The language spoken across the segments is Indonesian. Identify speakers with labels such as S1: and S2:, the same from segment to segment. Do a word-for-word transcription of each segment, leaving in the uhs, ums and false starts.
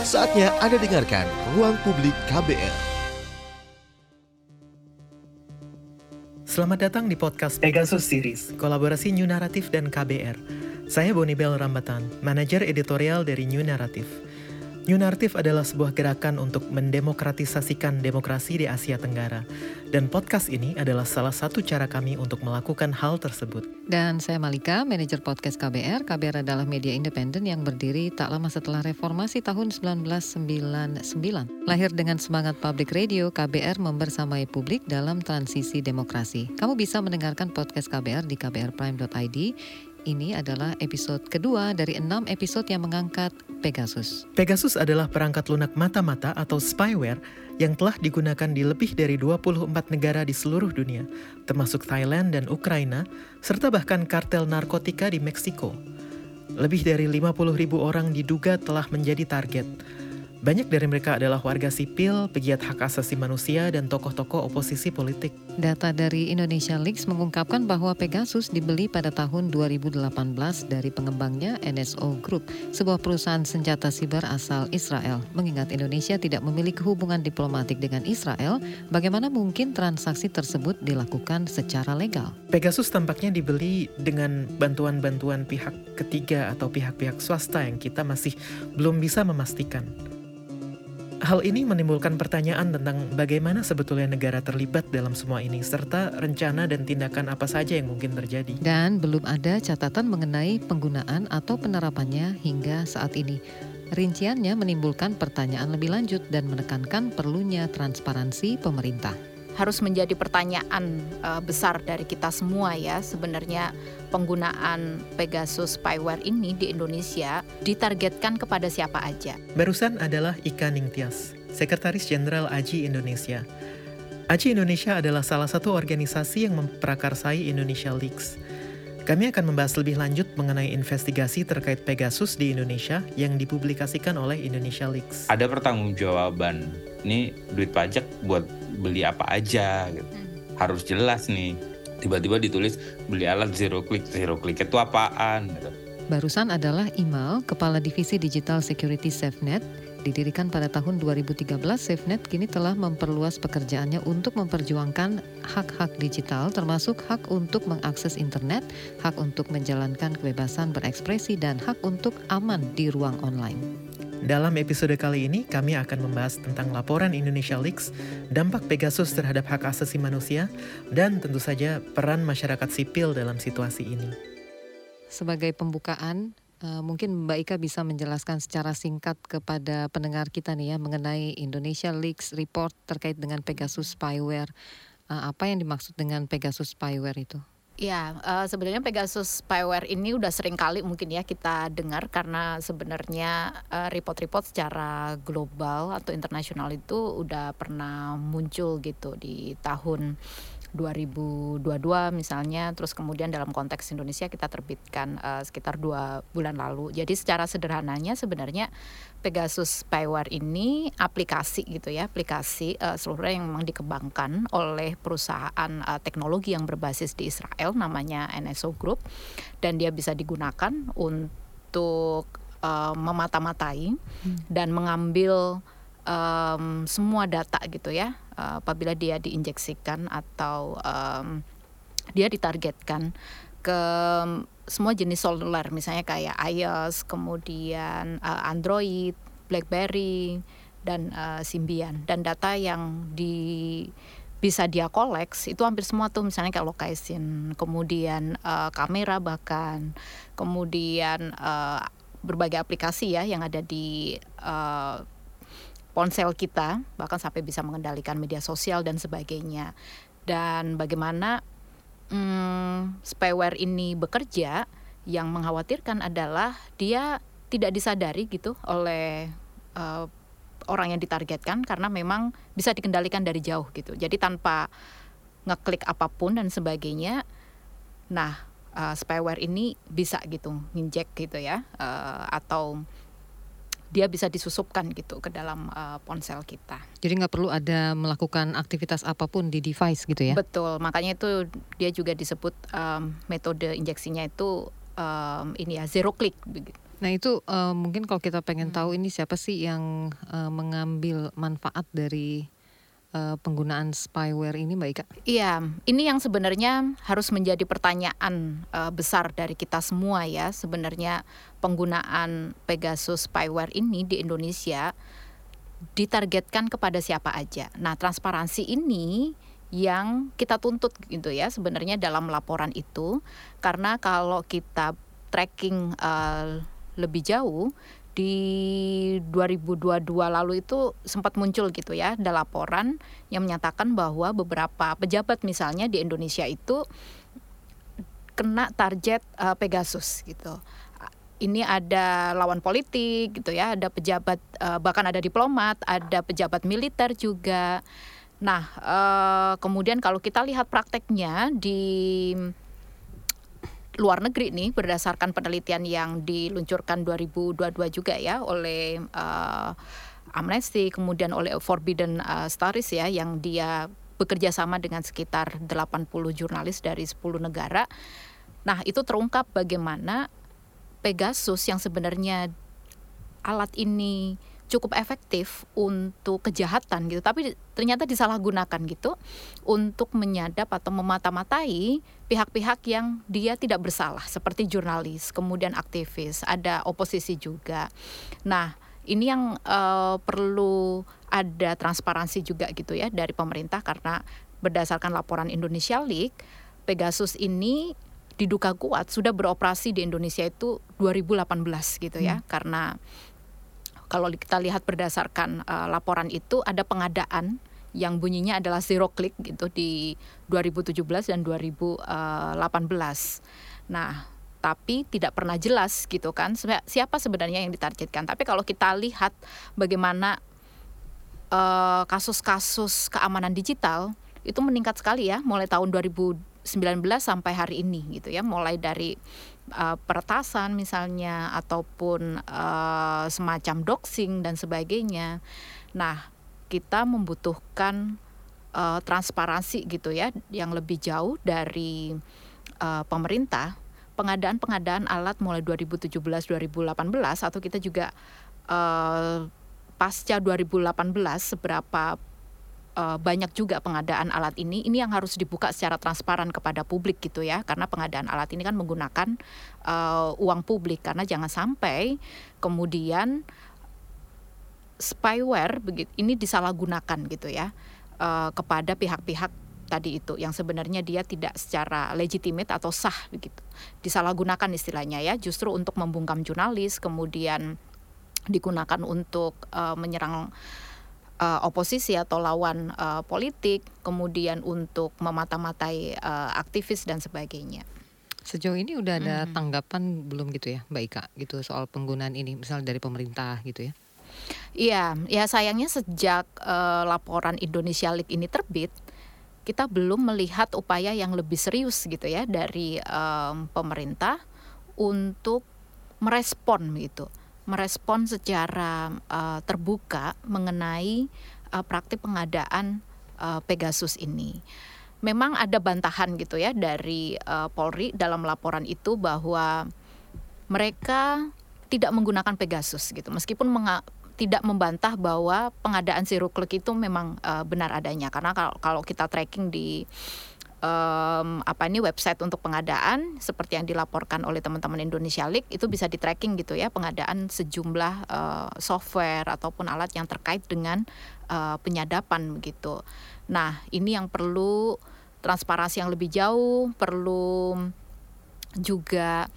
S1: Saatnya Anda dengarkan Ruang Publik K B R.
S2: Selamat datang di podcast Pegasus Series, kolaborasi New Naratif dan K B R. Saya Bonibel Rambatan, manajer editorial dari New Naratif. New Naratif adalah sebuah gerakan untuk mendemokratisasikan demokrasi di Asia Tenggara. Dan podcast ini adalah salah satu cara kami untuk melakukan hal tersebut.
S3: Dan saya Malika, manajer podcast K B R. K B R adalah media independen yang berdiri tak lama setelah reformasi tahun seribu sembilan ratus sembilan puluh sembilan. Lahir dengan semangat public radio, K B R membersamai publik dalam transisi demokrasi. Kamu bisa mendengarkan podcast K B R di k b r prime dot i d. Ini adalah episode kedua dari enam episode yang mengangkat Pegasus.
S2: Pegasus adalah perangkat lunak mata-mata atau spyware yang telah digunakan di lebih dari dua puluh empat negara di seluruh dunia, termasuk Thailand dan Ukraina, serta bahkan kartel narkotika di Meksiko. Lebih dari lima puluh ribu orang diduga telah menjadi target. Banyak dari mereka adalah warga sipil, pegiat hak asasi manusia, dan tokoh-tokoh oposisi politik.
S3: Data dari Indonesia Leaks mengungkapkan bahwa Pegasus dibeli pada tahun dua ribu delapan belas dari pengembangnya N S O Group, sebuah perusahaan senjata siber asal Israel. Mengingat Indonesia tidak memiliki hubungan diplomatik dengan Israel, bagaimana mungkin transaksi tersebut dilakukan secara legal?
S2: Pegasus tampaknya dibeli dengan bantuan-bantuan pihak ketiga atau pihak-pihak swasta yang kita masih belum bisa memastikan. Hal ini menimbulkan pertanyaan tentang bagaimana sebetulnya negara terlibat dalam semua ini, serta rencana dan tindakan apa saja yang mungkin terjadi.
S3: Dan belum ada catatan mengenai penggunaan atau penerapannya hingga saat ini. Rinciannya menimbulkan pertanyaan lebih lanjut dan menekankan perlunya transparansi pemerintah.
S4: Harus menjadi pertanyaan uh, besar dari kita semua ya, sebenarnya penggunaan Pegasus spyware ini di Indonesia ditargetkan kepada siapa aja.
S2: Barusan adalah Ika Ningtyas, Sekretaris Jenderal A J I Indonesia. A J I Indonesia adalah salah satu organisasi yang memprakarsai Indonesia Leaks. Kami akan membahas lebih lanjut mengenai investigasi terkait Pegasus di Indonesia yang dipublikasikan oleh Indonesia Leaks.
S5: Ada pertanggungjawaban, ini duit pajak buat beli apa aja gitu. Hmm. Harus jelas nih. Tiba-tiba ditulis beli alat zero click. Zero click itu apaan gitu.
S3: Barusan adalah Imal, Kepala Divisi Digital Security SafeNet. Didirikan pada tahun dua ribu tiga belas, SafeNet kini telah memperluas pekerjaannya untuk memperjuangkan hak-hak digital, termasuk hak untuk mengakses internet, hak untuk menjalankan kebebasan berekspresi, dan hak untuk aman di ruang online.
S2: Dalam episode kali ini, kami akan membahas tentang laporan Indonesia Leaks, dampak Pegasus terhadap hak asasi manusia, dan tentu saja peran masyarakat sipil dalam situasi ini.
S3: Sebagai pembukaan, uh, mungkin Mbak Ika bisa menjelaskan secara singkat kepada pendengar kita nih ya mengenai Indonesia Leaks report terkait dengan Pegasus spyware. Uh, apa yang dimaksud dengan Pegasus spyware itu?
S4: Ya, uh, sebenarnya Pegasus spyware ini udah sering kali mungkin ya kita dengar karena sebenarnya uh, report-report secara global atau internasional itu udah pernah muncul gitu di tahun dua ribu dua puluh dua misalnya, terus kemudian dalam konteks Indonesia kita terbitkan uh, sekitar dua bulan lalu. Jadi secara sederhananya sebenarnya Pegasus spyware ini aplikasi gitu ya, aplikasi uh, seluruhnya yang memang dikembangkan oleh perusahaan uh, teknologi yang berbasis di Israel namanya N S O Group, dan dia bisa digunakan untuk uh, memata-matai hmm. dan mengambil um, semua data gitu ya. Uh, apabila dia diinjeksikan atau um, dia ditargetkan ke semua jenis seluler, misalnya kayak iOS, kemudian uh, Android, BlackBerry, dan uh, Symbian. Dan data yang di bisa dia koleks itu hampir semua tuh, misalnya kayak location, kemudian uh, kamera bahkan, kemudian uh, berbagai aplikasi ya yang ada di uh, ponsel kita, bahkan sampai bisa mengendalikan media sosial dan sebagainya. Dan bagaimana hmm, spyware ini bekerja, yang mengkhawatirkan adalah dia tidak disadari gitu oleh uh, orang yang ditargetkan karena memang bisa dikendalikan dari jauh gitu. Jadi tanpa ngeklik apapun dan sebagainya, nah uh, spyware ini bisa gitu nginjek gitu ya, uh, atau dia bisa disusupkan gitu ke dalam uh, ponsel kita.
S3: Jadi nggak perlu ada melakukan aktivitas apapun di device gitu ya?
S4: Betul, makanya itu dia juga disebut um, metode injeksinya itu um, ini ya zero click.
S3: Nah itu uh, mungkin kalau kita pengen tahu ini siapa sih yang uh, mengambil manfaat dari uh, penggunaan spyware ini, Mbak Ika?
S4: Iya, ini yang sebenarnya harus menjadi pertanyaan uh, besar dari kita semua ya. Sebenarnya penggunaan Pegasus spyware ini di Indonesia ditargetkan kepada siapa aja. Nah, transparansi ini yang kita tuntut gitu ya sebenarnya dalam laporan itu, karena kalau kita tracking uh, lebih jauh di dua ribu dua puluh dua lalu itu sempat muncul gitu ya, ada laporan yang menyatakan bahwa beberapa pejabat misalnya di Indonesia itu kena target uh, Pegasus gitu. Ini ada lawan politik gitu ya, ada pejabat uh, bahkan ada diplomat, ada pejabat militer juga. Nah, uh, kemudian kalau kita lihat prakteknya di luar negeri nih, berdasarkan penelitian yang diluncurkan dua ribu dua puluh dua juga ya oleh uh, Amnesty, kemudian oleh Forbidden uh, Stories ya, yang dia bekerja sama dengan sekitar delapan puluh jurnalis dari sepuluh negara. Nah, itu terungkap bagaimana Pegasus yang sebenarnya alat ini cukup efektif untuk kejahatan gitu, tapi ternyata disalahgunakan gitu untuk menyadap atau memata-matai pihak-pihak yang dia tidak bersalah, seperti jurnalis, kemudian aktivis, ada oposisi juga. Nah, ini yang uh, perlu ada transparansi juga gitu ya dari pemerintah, karena berdasarkan laporan Indonesia Leak, Pegasus ini diduga kuat sudah beroperasi di Indonesia itu dua ribu delapan belas gitu ya, hmm. karena kalau kita lihat berdasarkan uh, laporan itu ada pengadaan yang bunyinya adalah zero click gitu di dua ribu tujuh belas dan dua ribu delapan belas. Nah, tapi tidak pernah jelas gitu kan siapa sebenarnya yang ditargetkan. Tapi kalau kita lihat bagaimana uh, kasus-kasus keamanan digital itu meningkat sekali ya mulai tahun dua ribu sembilan belas sampai hari ini gitu ya, mulai dari Uh, peretasan misalnya ataupun uh, semacam doxing dan sebagainya. Nah, kita membutuhkan uh, transparansi gitu ya yang lebih jauh dari uh, pemerintah. Pengadaan-pengadaan alat mulai dua ribu tujuh belas dua ribu delapan belas atau kita juga uh, pasca dua ribu delapan belas seberapa Uh, banyak juga pengadaan alat ini, ini yang harus dibuka secara transparan kepada publik gitu ya, karena pengadaan alat ini kan menggunakan uh, uang publik, karena jangan sampai kemudian spyware begitu ini disalahgunakan gitu ya uh, kepada pihak-pihak tadi itu yang sebenarnya dia tidak secara legitimate atau sah begitu, disalahgunakan istilahnya ya, justru untuk membungkam jurnalis, kemudian digunakan untuk uh, menyerang Uh, oposisi atau lawan uh, politik, kemudian untuk memata-matai uh, aktivis dan sebagainya.
S3: Sejauh ini udah ada
S4: mm-hmm.
S3: tanggapan belum gitu ya, Mbak Ika, gitu soal penggunaan ini, misal dari pemerintah gitu ya?
S4: Iya, ya sayangnya sejak uh, laporan Indonesia Leak ini terbit, kita belum melihat upaya yang lebih serius gitu ya dari um, pemerintah untuk merespon gitu. merespon secara uh, terbuka mengenai uh, praktik pengadaan uh, Pegasus ini. Memang ada bantahan gitu ya dari uh, Polri dalam laporan itu bahwa mereka tidak menggunakan Pegasus gitu, meskipun menga- tidak membantah bahwa pengadaan zero click itu memang uh, benar adanya, karena kalau, kalau kita tracking di Um, apa ini website untuk pengadaan seperti yang dilaporkan oleh teman-teman Indonesia Leak itu bisa di tracking gitu ya, pengadaan sejumlah uh, software ataupun alat yang terkait dengan uh, penyadapan begitu. Nah, ini yang perlu transparansi yang lebih jauh, perlu juga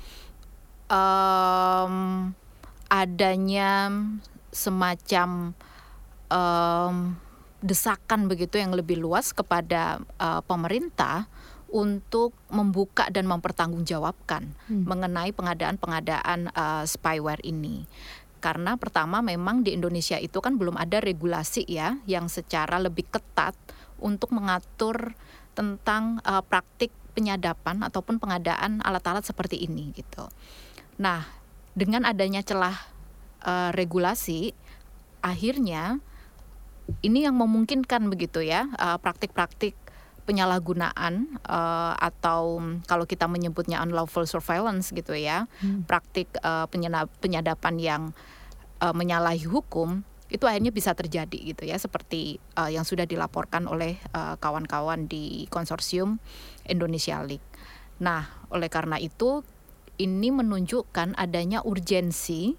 S4: um, adanya semacam um, desakan begitu yang lebih luas kepada uh, pemerintah untuk membuka dan mempertanggungjawabkan hmm. mengenai pengadaan-pengadaan uh, spyware ini. Karena pertama memang di Indonesia itu kan belum ada regulasi ya yang secara lebih ketat untuk mengatur tentang uh, praktik penyadapan ataupun pengadaan alat-alat seperti ini gitu. Nah, dengan adanya celah uh, regulasi, akhirnya ini yang memungkinkan begitu ya uh, praktik-praktik penyalahgunaan uh, atau kalau kita menyebutnya unlawful surveillance gitu ya, hmm. praktik uh, penyadapan yang uh, menyalahi hukum, itu akhirnya bisa terjadi gitu ya, seperti uh, yang sudah dilaporkan oleh uh, kawan-kawan di konsorsium Indonesia League. Nah, oleh karena itu ini menunjukkan adanya urgensi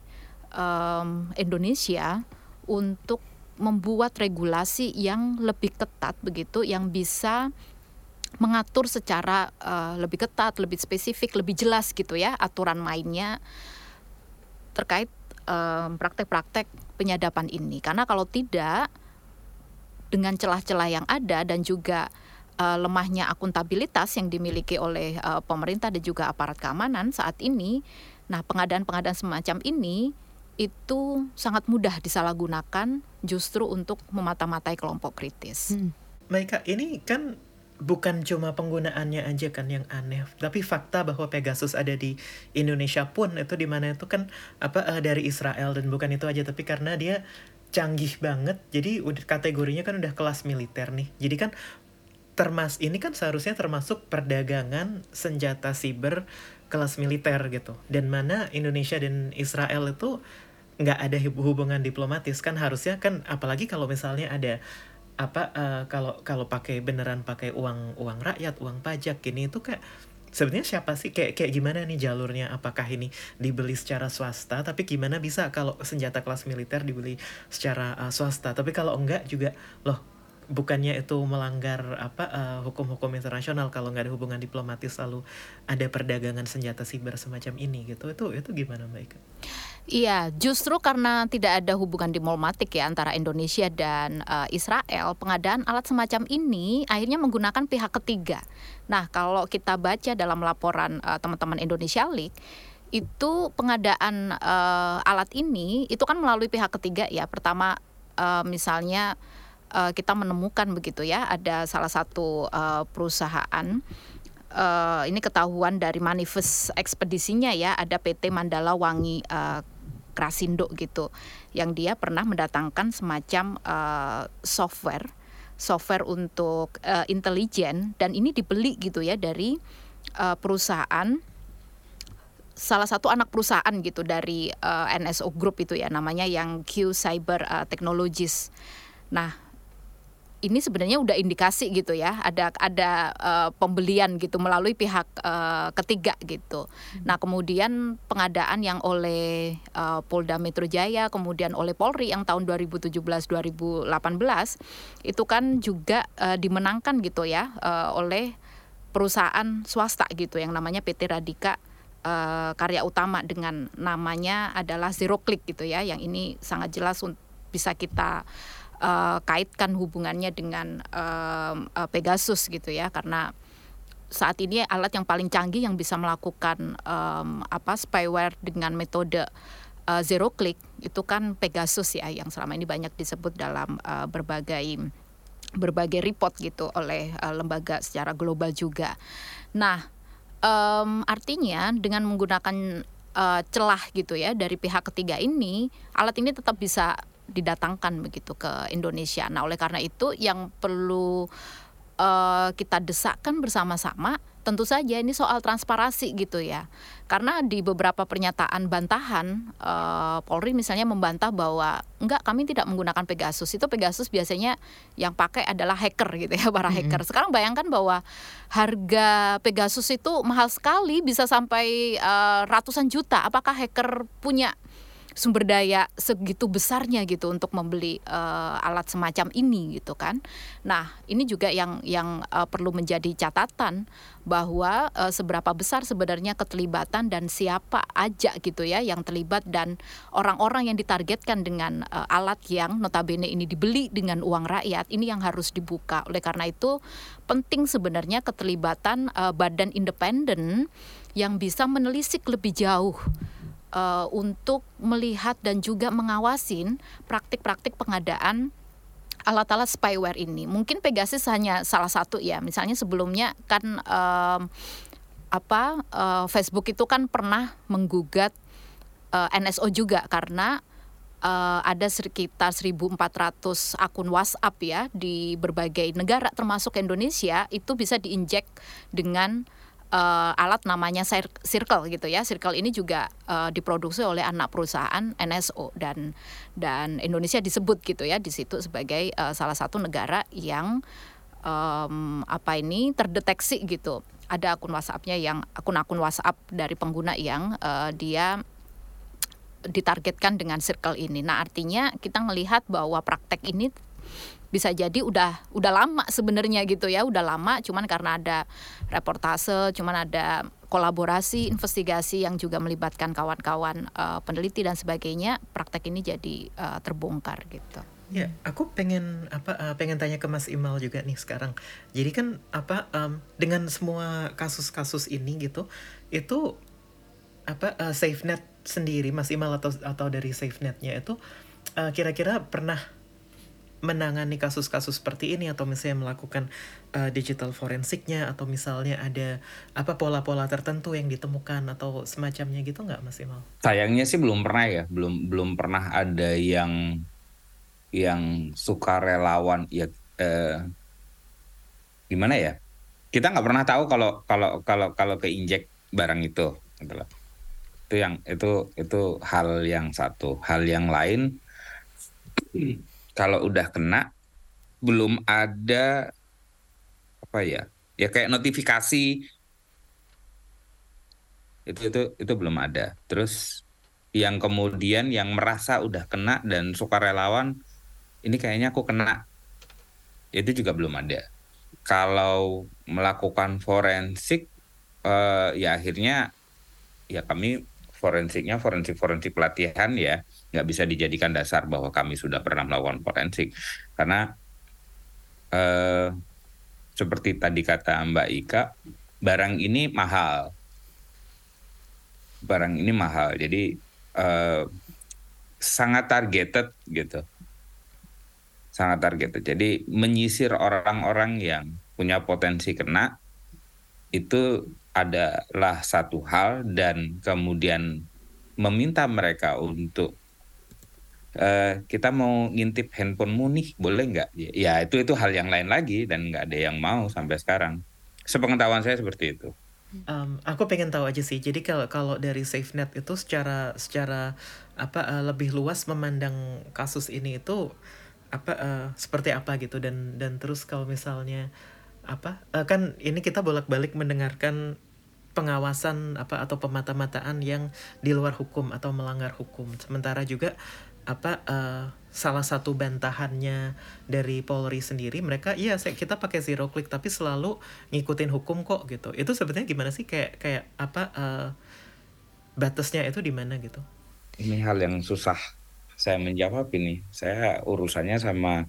S4: um, Indonesia untuk membuat regulasi yang lebih ketat begitu, yang bisa mengatur secara uh, lebih ketat, lebih spesifik, lebih jelas gitu ya aturan mainnya terkait um, praktek-praktek penyadapan ini. Karena kalau tidak, dengan celah-celah yang ada dan juga uh, lemahnya akuntabilitas yang dimiliki oleh uh, pemerintah dan juga aparat keamanan saat ini, nah pengadaan-pengadaan semacam ini itu sangat mudah disalahgunakan justru untuk memata-matai kelompok kritis.
S2: Hmm. Maika, ini kan bukan cuma penggunaannya aja kan yang aneh, tapi fakta bahwa Pegasus ada di Indonesia pun itu di mana itu kan apa uh, dari Israel, dan bukan itu aja tapi karena dia canggih banget, jadi udah kategorinya kan udah kelas militer nih. Jadi kan termas ini kan seharusnya termasuk perdagangan senjata siber kelas militer gitu. Dan mana Indonesia dan Israel itu nggak ada hubungan diplomatis kan, harusnya kan, apalagi kalau misalnya ada apa uh, kalau kalau pakai beneran pakai uang uang rakyat, uang pajak gini, itu kayak sebenarnya siapa sih, kayak kayak gimana nih jalurnya? Apakah ini dibeli secara swasta? Tapi gimana bisa kalau senjata kelas militer dibeli secara uh, swasta? Tapi kalau enggak juga loh, bukannya itu melanggar apa uh, hukum-hukum internasional kalau nggak ada hubungan diplomatis lalu ada perdagangan senjata siber semacam ini gitu? Itu itu gimana Mbak Ika?
S4: Iya, justru karena tidak ada hubungan diplomatik ya antara Indonesia dan uh, Israel, pengadaan alat semacam ini akhirnya menggunakan pihak ketiga. Nah, kalau kita baca dalam laporan uh, teman-teman Indonesia League, itu pengadaan uh, alat ini itu kan melalui pihak ketiga ya. Pertama uh, misalnya uh, kita menemukan begitu ya, ada salah satu uh, perusahaan. Uh, ini ketahuan dari manifest ekspedisinya ya, ada P T Mandala Wangi uh, Krasindo gitu, yang dia pernah mendatangkan semacam uh, software software untuk uh, intelijen, dan ini dibeli gitu ya dari uh, perusahaan, salah satu anak perusahaan gitu dari uh, N S O Group itu ya, namanya yang Q Cyber uh, Technologies. Nah, ini sebenarnya udah indikasi gitu ya, ada ada uh, pembelian gitu melalui pihak uh, ketiga gitu. Hmm. Nah, kemudian pengadaan yang oleh uh, Polda Metro Jaya, kemudian oleh Polri yang tahun dua ribu tujuh belas dua ribu delapan belas itu kan juga uh, dimenangkan gitu ya uh, oleh perusahaan swasta gitu yang namanya P T Radika uh, Karya Utama, dengan namanya adalah Zero Click gitu ya, yang ini sangat jelas bisa kita Uh, kaitkan hubungannya dengan uh, uh, Pegasus gitu ya, karena saat ini alat yang paling canggih yang bisa melakukan um, apa spyware dengan metode uh, zero click itu kan Pegasus ya, yang selama ini banyak disebut dalam uh, berbagai berbagai report gitu oleh uh, lembaga secara global juga. Nah, um, artinya dengan menggunakan uh, celah gitu ya dari pihak ketiga ini, alat ini tetap bisa didatangkan begitu ke Indonesia. Nah, oleh karena itu yang perlu uh, kita desakkan bersama-sama tentu saja ini soal transparansi gitu ya. Karena di beberapa pernyataan bantahan uh, Polri misalnya membantah bahwa enggak, kami tidak menggunakan Pegasus. Itu Pegasus biasanya yang pakai adalah hacker gitu ya, para mm-hmm. hacker. Sekarang bayangkan bahwa harga Pegasus itu mahal sekali, bisa sampai uh, ratusan juta. Apakah hacker punya sumber daya segitu besarnya gitu untuk membeli uh, alat semacam ini gitu kan? Nah, ini juga yang yang uh, perlu menjadi catatan bahwa uh, seberapa besar sebenarnya keterlibatan dan siapa aja gitu ya yang terlibat, dan orang-orang yang ditargetkan dengan uh, alat yang notabene ini dibeli dengan uang rakyat, ini yang harus dibuka. Oleh karena itu penting sebenarnya keterlibatan uh, badan independen yang bisa menelisik lebih jauh Uh, untuk melihat dan juga mengawasin praktik-praktik pengadaan alat-alat spyware ini. Mungkin Pegasus hanya salah satu ya. Misalnya sebelumnya kan um, apa uh, Facebook itu kan pernah menggugat uh, N S O juga karena uh, ada sekitar seribu empat ratus akun WhatsApp ya di berbagai negara termasuk Indonesia, itu bisa diinjek dengan uh, alat namanya Circle gitu ya. Circle ini juga uh, diproduksi oleh anak perusahaan N S O, dan dan Indonesia disebut gitu ya di situ sebagai uh, salah satu negara yang um, apa ini terdeteksi gitu. Ada akun WhatsApp-nya yang akun-akun WhatsApp dari pengguna yang uh, dia ditargetkan dengan Circle ini. Nah, artinya kita melihat bahwa praktek ini bisa jadi udah udah lama sebenarnya gitu ya, udah lama, cuman karena ada reportase, cuman ada kolaborasi, investigasi yang juga melibatkan kawan-kawan uh, peneliti dan sebagainya, praktek ini jadi uh, terbongkar gitu.
S2: Ya, aku pengen apa uh, pengen tanya ke Mas Imal juga nih sekarang. Jadi kan apa um, dengan semua kasus-kasus ini gitu, itu apa uh, SafeNet sendiri, Mas Imal atau atau dari SafeNet-nya itu uh, kira-kira pernah menangani kasus-kasus seperti ini atau misalnya melakukan uh, digital forensiknya, atau misalnya ada apa pola-pola tertentu yang ditemukan atau semacamnya gitu nggak, Mas Imal?
S5: Sayangnya sih belum pernah ya, belum belum pernah ada yang yang sukarelawan ya, eh, gimana ya? Kita nggak pernah tahu kalau kalau kalau kalau keinjek barang itu, gitu loh. Itu yang itu itu hal yang satu. Hal yang lain, kalau udah kena belum ada apa ya? Ya kayak notifikasi itu itu itu belum ada. Terus yang kemudian yang merasa udah kena dan sukarelawan, ini kayaknya aku kena, itu juga belum ada. Kalau melakukan forensik, eh, ya akhirnya ya kami forensiknya forensik-forensik pelatihan ya, nggak bisa dijadikan dasar bahwa kami sudah pernah melakukan forensik. Karena eh, seperti tadi kata Mbak Ika, barang ini mahal. Barang ini mahal, jadi eh, sangat targeted gitu. Sangat targeted. Jadi menyisir orang-orang yang punya potensi kena itu adalah satu hal, dan kemudian meminta mereka untuk e, kita mau ngintip handphonemu nih, boleh nggak? Ya itu itu hal yang lain lagi, dan nggak ada yang mau sampai sekarang. Sepengetahuan saya seperti itu.
S2: Um, aku pengen tahu aja sih. Jadi kalau kalau dari SafeNet itu secara secara apa uh, lebih luas memandang kasus ini itu apa uh, seperti apa gitu, dan dan terus kalau misalnya apa uh, kan ini kita bolak-balik mendengarkan pengawasan apa atau pemata-mataan yang di luar hukum atau melanggar hukum, sementara juga apa uh, salah satu bantahannya dari Polri sendiri, mereka iya kita pakai zero click tapi selalu ngikutin hukum kok gitu. Itu sebenarnya gimana sih, kayak kayak apa uh, batasnya itu di mana gitu?
S5: Ini hal yang susah saya menjawab ini. Saya urusannya sama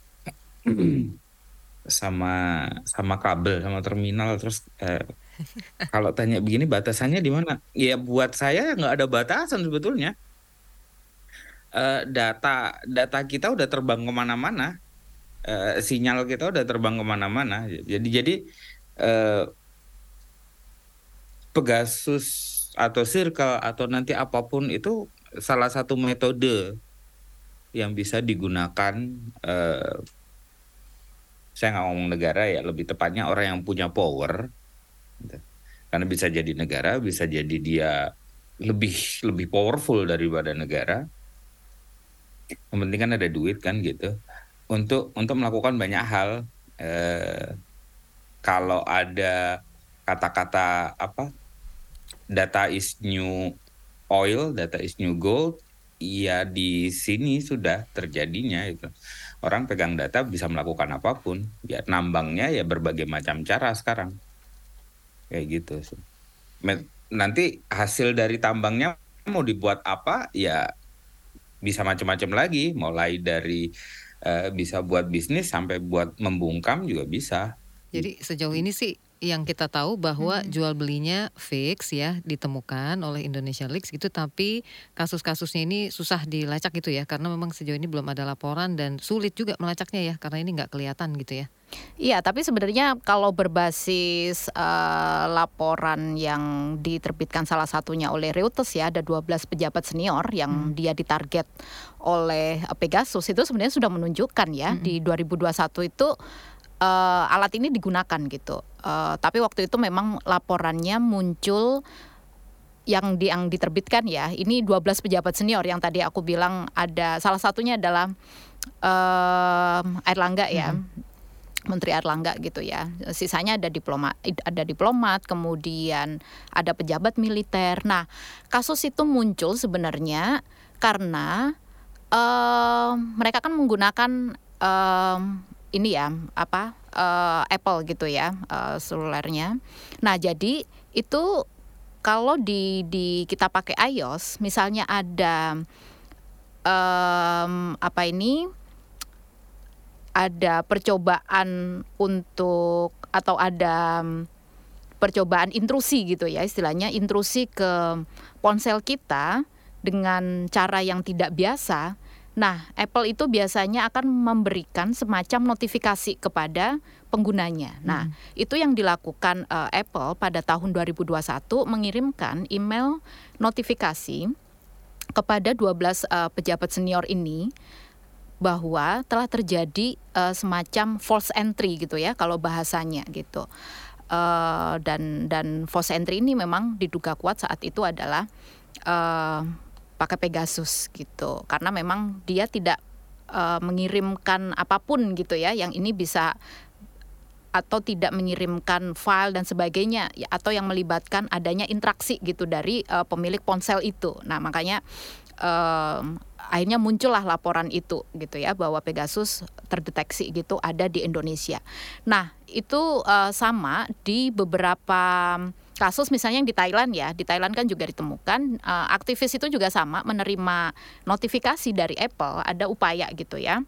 S5: sama sama kabel, sama terminal. Terus eh, kalau tanya begini batasannya di mana? Ya buat saya nggak ada batasan sebetulnya. Eh, data data kita udah terbang kemana-mana. Eh, sinyal kita udah terbang kemana-mana. Jadi jadi eh, Pegasus atau Circle atau nanti apapun itu salah satu metode yang bisa digunakan, eh, saya nggak ngomong negara ya, lebih tepatnya orang yang punya power, gitu. Karena bisa jadi negara, bisa jadi dia lebih lebih powerful daripada negara. Yang penting kan ada duit kan gitu, untuk untuk melakukan banyak hal. Eh, kalau ada kata-kata apa, data is new oil, data is new gold, ya di sini sudah terjadinya itu. Orang pegang data bisa melakukan apapun. Ya nambangnya ya berbagai macam cara sekarang. Kayak gitu sih. Nanti hasil dari tambangnya mau dibuat apa ya bisa macam-macam lagi. Mulai dari uh, bisa buat bisnis sampai buat membungkam juga bisa.
S3: Jadi sejauh ini sih yang kita tahu bahwa hmm. jual belinya fix ya, ditemukan oleh Indonesia Leaks gitu, tapi kasus-kasusnya ini susah dilacak gitu ya, karena memang sejauh ini belum ada laporan dan sulit juga melacaknya ya, karena ini nggak kelihatan gitu ya.
S4: Iya, tapi sebenarnya kalau berbasis uh, laporan yang diterbitkan salah satunya oleh Reuters ya, ada dua belas pejabat senior yang hmm. dia ditarget oleh uh, Pegasus, itu sebenarnya sudah menunjukkan ya hmm. di dua ribu dua puluh satu itu uh, alat ini digunakan gitu. Uh, tapi waktu itu memang laporannya muncul yang di, yang diterbitkan ya, ini dua belas pejabat senior yang tadi aku bilang ada, salah satunya adalah uh, Airlangga ya. Hmm. Menteri Airlangga gitu ya. Sisanya ada diplomat, ada diplomat, kemudian ada pejabat militer. Nah, kasus itu muncul sebenarnya karena uh, mereka kan menggunakan uh, ini ya, apa uh, Apple gitu ya, uh, selulernya. Nah, jadi itu kalau di di kita pakai iOS, misalnya ada um, apa ini? ada percobaan untuk atau ada percobaan intrusi gitu ya, istilahnya intrusi ke ponsel kita dengan cara yang tidak biasa. Nah, Apple itu biasanya akan memberikan semacam notifikasi kepada penggunanya. Nah, hmm. itu yang dilakukan uh, Apple pada tahun dua ribu dua puluh satu, mengirimkan email notifikasi kepada dua belas uh, pejabat senior ini bahwa telah terjadi uh, semacam false entry gitu ya kalau bahasanya gitu. Uh, dan dan false entry ini memang diduga kuat saat itu adalah uh, pakai Pegasus gitu. Karena memang dia tidak uh, mengirimkan apapun gitu ya, yang ini bisa atau tidak mengirimkan file dan sebagainya ya, atau yang melibatkan adanya interaksi gitu dari uh, pemilik ponsel itu. Nah, makanya uh, akhirnya muncullah laporan itu gitu ya, bahwa Pegasus terdeteksi gitu ada di Indonesia. Nah, itu uh, sama di beberapa kasus, misalnya yang di Thailand ya. Di Thailand kan juga ditemukan uh, aktivis itu juga sama menerima notifikasi dari Apple, ada upaya gitu ya.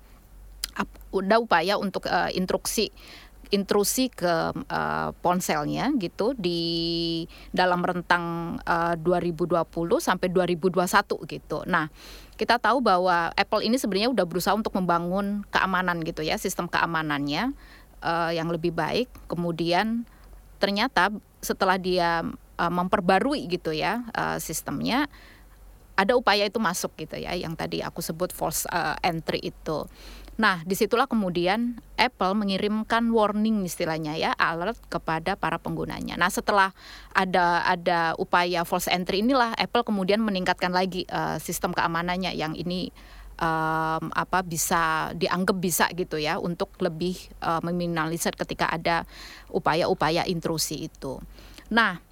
S4: Ada upaya untuk uh, instruksi intrusi ke uh, ponselnya gitu di dalam rentang uh, dua ribu dua puluh sampai dua ribu dua puluh satu gitu. Nah, kita tahu bahwa Apple ini sebenarnya udah berusaha untuk membangun keamanan gitu ya, sistem keamanannya uh, yang lebih baik. Kemudian ternyata setelah dia uh, memperbarui gitu ya uh, sistemnya, ada upaya itu masuk gitu ya, yang tadi aku sebut false uh, entry itu. Nah, disitulah kemudian Apple mengirimkan warning istilahnya ya, alert kepada para penggunanya. Nah, setelah ada ada upaya false entry inilah Apple kemudian meningkatkan lagi uh, sistem keamanannya yang ini um, apa bisa dianggap bisa gitu ya untuk lebih uh, meminimalisir ketika ada upaya-upaya intrusi itu. Nah,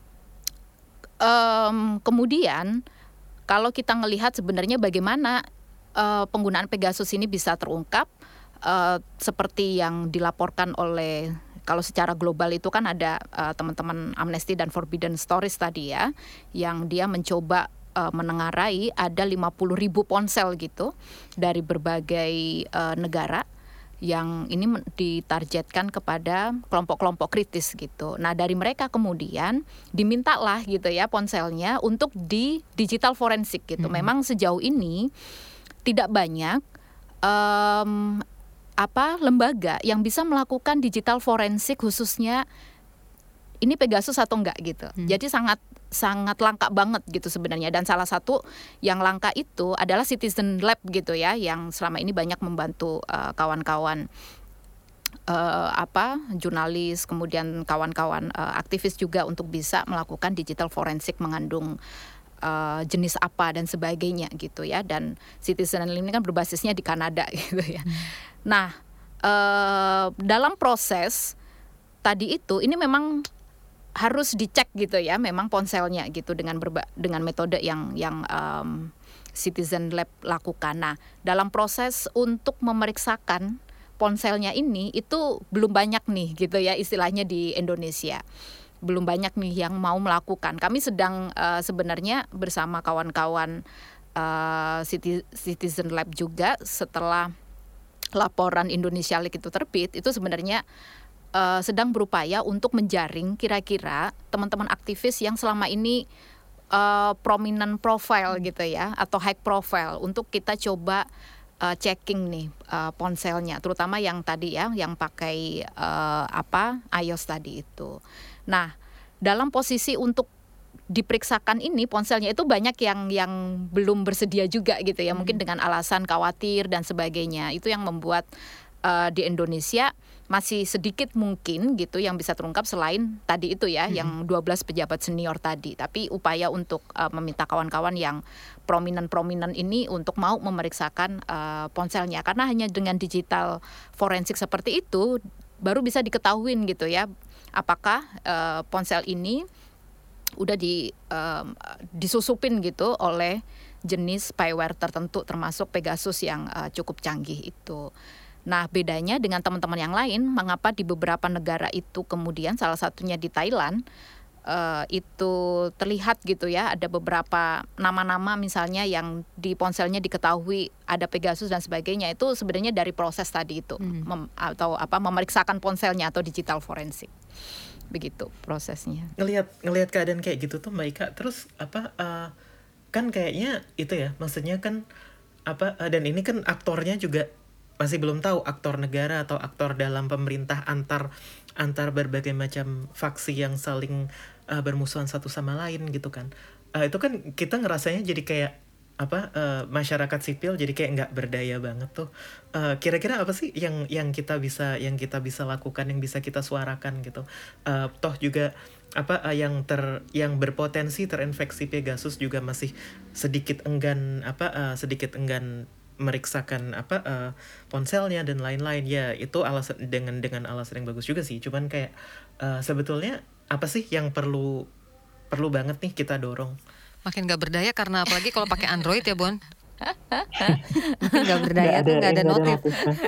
S4: um, kemudian kalau kita ngelihat sebenarnya bagaimana Uh, penggunaan Pegasus ini bisa terungkap uh, seperti yang dilaporkan oleh, kalau secara global itu kan ada uh, teman-teman Amnesty dan Forbidden Stories tadi ya, yang dia mencoba uh, menengarai ada lima puluh ribu ponsel gitu dari berbagai uh, negara yang ini ditargetkan kepada kelompok-kelompok kritis gitu. Nah, dari mereka kemudian dimintalah gitu ya ponselnya untuk di digital forensik gitu. Hmm. Memang sejauh ini tidak banyak um, apa lembaga yang bisa melakukan digital forensik khususnya ini Pegasus atau enggak gitu. Hmm. Jadi sangat sangat langka banget gitu sebenarnya, dan salah satu yang langka itu adalah Citizen Lab gitu ya, yang selama ini banyak membantu uh, kawan-kawan uh, apa jurnalis, kemudian kawan-kawan uh, aktivis juga untuk bisa melakukan digital forensik mengandung Uh, jenis apa dan sebagainya gitu ya. Dan Citizen ini kan berbasisnya di Kanada gitu ya. Hmm. Nah, uh, dalam proses tadi itu ini memang harus dicek gitu ya, memang ponselnya gitu dengan berba- dengan metode yang yang um, Citizen Lab lakukan. Nah, dalam proses untuk memeriksakan ponselnya ini itu belum banyak nih gitu ya istilahnya di Indonesia. Belum banyak nih yang mau melakukan. Kami sedang uh, sebenarnya bersama kawan-kawan uh, Citizen Lab juga setelah laporan Indonesia Leak itu terbit, itu sebenarnya uh, sedang berupaya untuk menjaring kira-kira teman-teman aktivis yang selama ini uh, prominent profile gitu ya, atau high profile, untuk kita coba uh, checking nih uh, ponselnya, terutama yang tadi ya, yang pakai uh, apa iOS tadi itu. Nah, dalam posisi untuk diperiksakan ini ponselnya itu banyak yang yang belum bersedia juga gitu ya, hmm. mungkin dengan alasan khawatir dan sebagainya. Itu yang membuat uh, di Indonesia masih sedikit mungkin gitu yang bisa terungkap selain tadi itu ya, hmm. yang dua belas pejabat senior tadi. Tapi upaya untuk uh, meminta kawan-kawan yang prominent-prominent ini untuk mau memeriksakan uh, ponselnya, karena hanya dengan digital forensik seperti itu baru bisa diketahuin gitu ya, apakah uh, ponsel ini udah di um, disusupin gitu oleh jenis spyware tertentu termasuk Pegasus yang uh, cukup canggih itu. Nah, bedanya dengan teman-teman yang lain, mengapa di beberapa negara itu kemudian salah satunya di Thailand uh, itu terlihat gitu ya, ada beberapa nama-nama misalnya yang di ponselnya diketahui ada Pegasus dan sebagainya, itu sebenarnya dari proses tadi itu hmm. mem, atau apa memeriksakan ponselnya atau digital forensik. Begitu prosesnya.
S2: Ngelihat ngelihat keadaan kayak gitu tuh Mbak Ika, terus apa uh, kan kayaknya itu ya, maksudnya kan apa uh, dan ini kan aktornya juga masih belum tahu, aktor negara atau aktor dalam pemerintah antar antar berbagai macam faksi yang saling uh, bermusuhan satu sama lain gitu kan. Uh, itu kan kita ngerasanya jadi kayak apa uh, masyarakat sipil jadi kayak nggak berdaya banget tuh. Uh, kira-kira apa sih yang yang kita bisa yang kita bisa lakukan, yang bisa kita suarakan gitu. Uh, toh juga apa uh, yang ter yang berpotensi terinfeksi Pegasus juga masih sedikit enggan apa uh, sedikit enggan meriksakan apa uh, ponselnya dan lain-lain. Ya itu alasan dengan dengan alasan yang bagus juga sih. Cuman kayak uh, sebetulnya apa sih yang perlu perlu banget nih kita dorong?
S3: Makin nggak berdaya karena apalagi kalau pakai Android ya Bon. Nggak berdaya tuh nggak ada notif.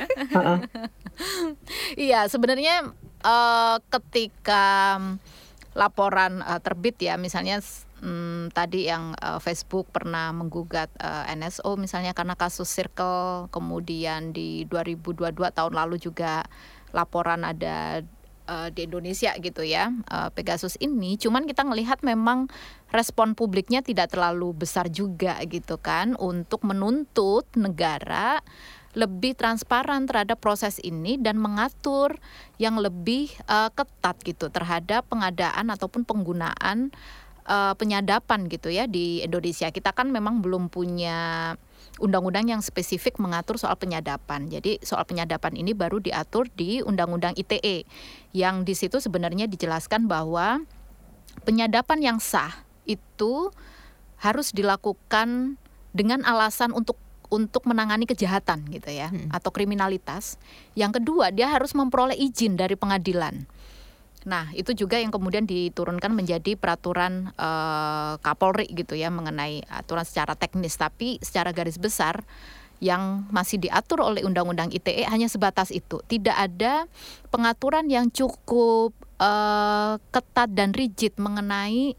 S4: Iya sebenarnya uh, ketika laporan uh, terbit ya, misalnya um, tadi yang uh, Facebook pernah menggugat uh, N S O misalnya karena kasus Circle, kemudian di dua ribu dua puluh dua tahun lalu juga laporan ada di Indonesia gitu ya, Pegasus ini. Cuman kita ngelihat memang respon publiknya tidak terlalu besar juga gitu kan untuk menuntut negara lebih transparan terhadap proses ini dan mengatur yang lebih uh, ketat gitu terhadap pengadaan ataupun penggunaan uh, penyadapan gitu ya di Indonesia. Kita kan memang belum punya undang-undang yang spesifik mengatur soal penyadapan. Jadi soal penyadapan ini baru diatur di Undang-Undang I T E yang di situ sebenarnya dijelaskan bahwa penyadapan yang sah itu harus dilakukan dengan alasan untuk untuk menangani kejahatan gitu ya, hmm. atau kriminalitas. Yang kedua, dia harus memperoleh izin dari pengadilan. Nah, itu juga yang kemudian diturunkan menjadi peraturan uh, Kapolri gitu ya, mengenai aturan secara teknis, tapi secara garis besar yang masih diatur oleh Undang-Undang I T E hanya sebatas itu. Tidak ada pengaturan yang cukup uh, ketat dan rigid mengenai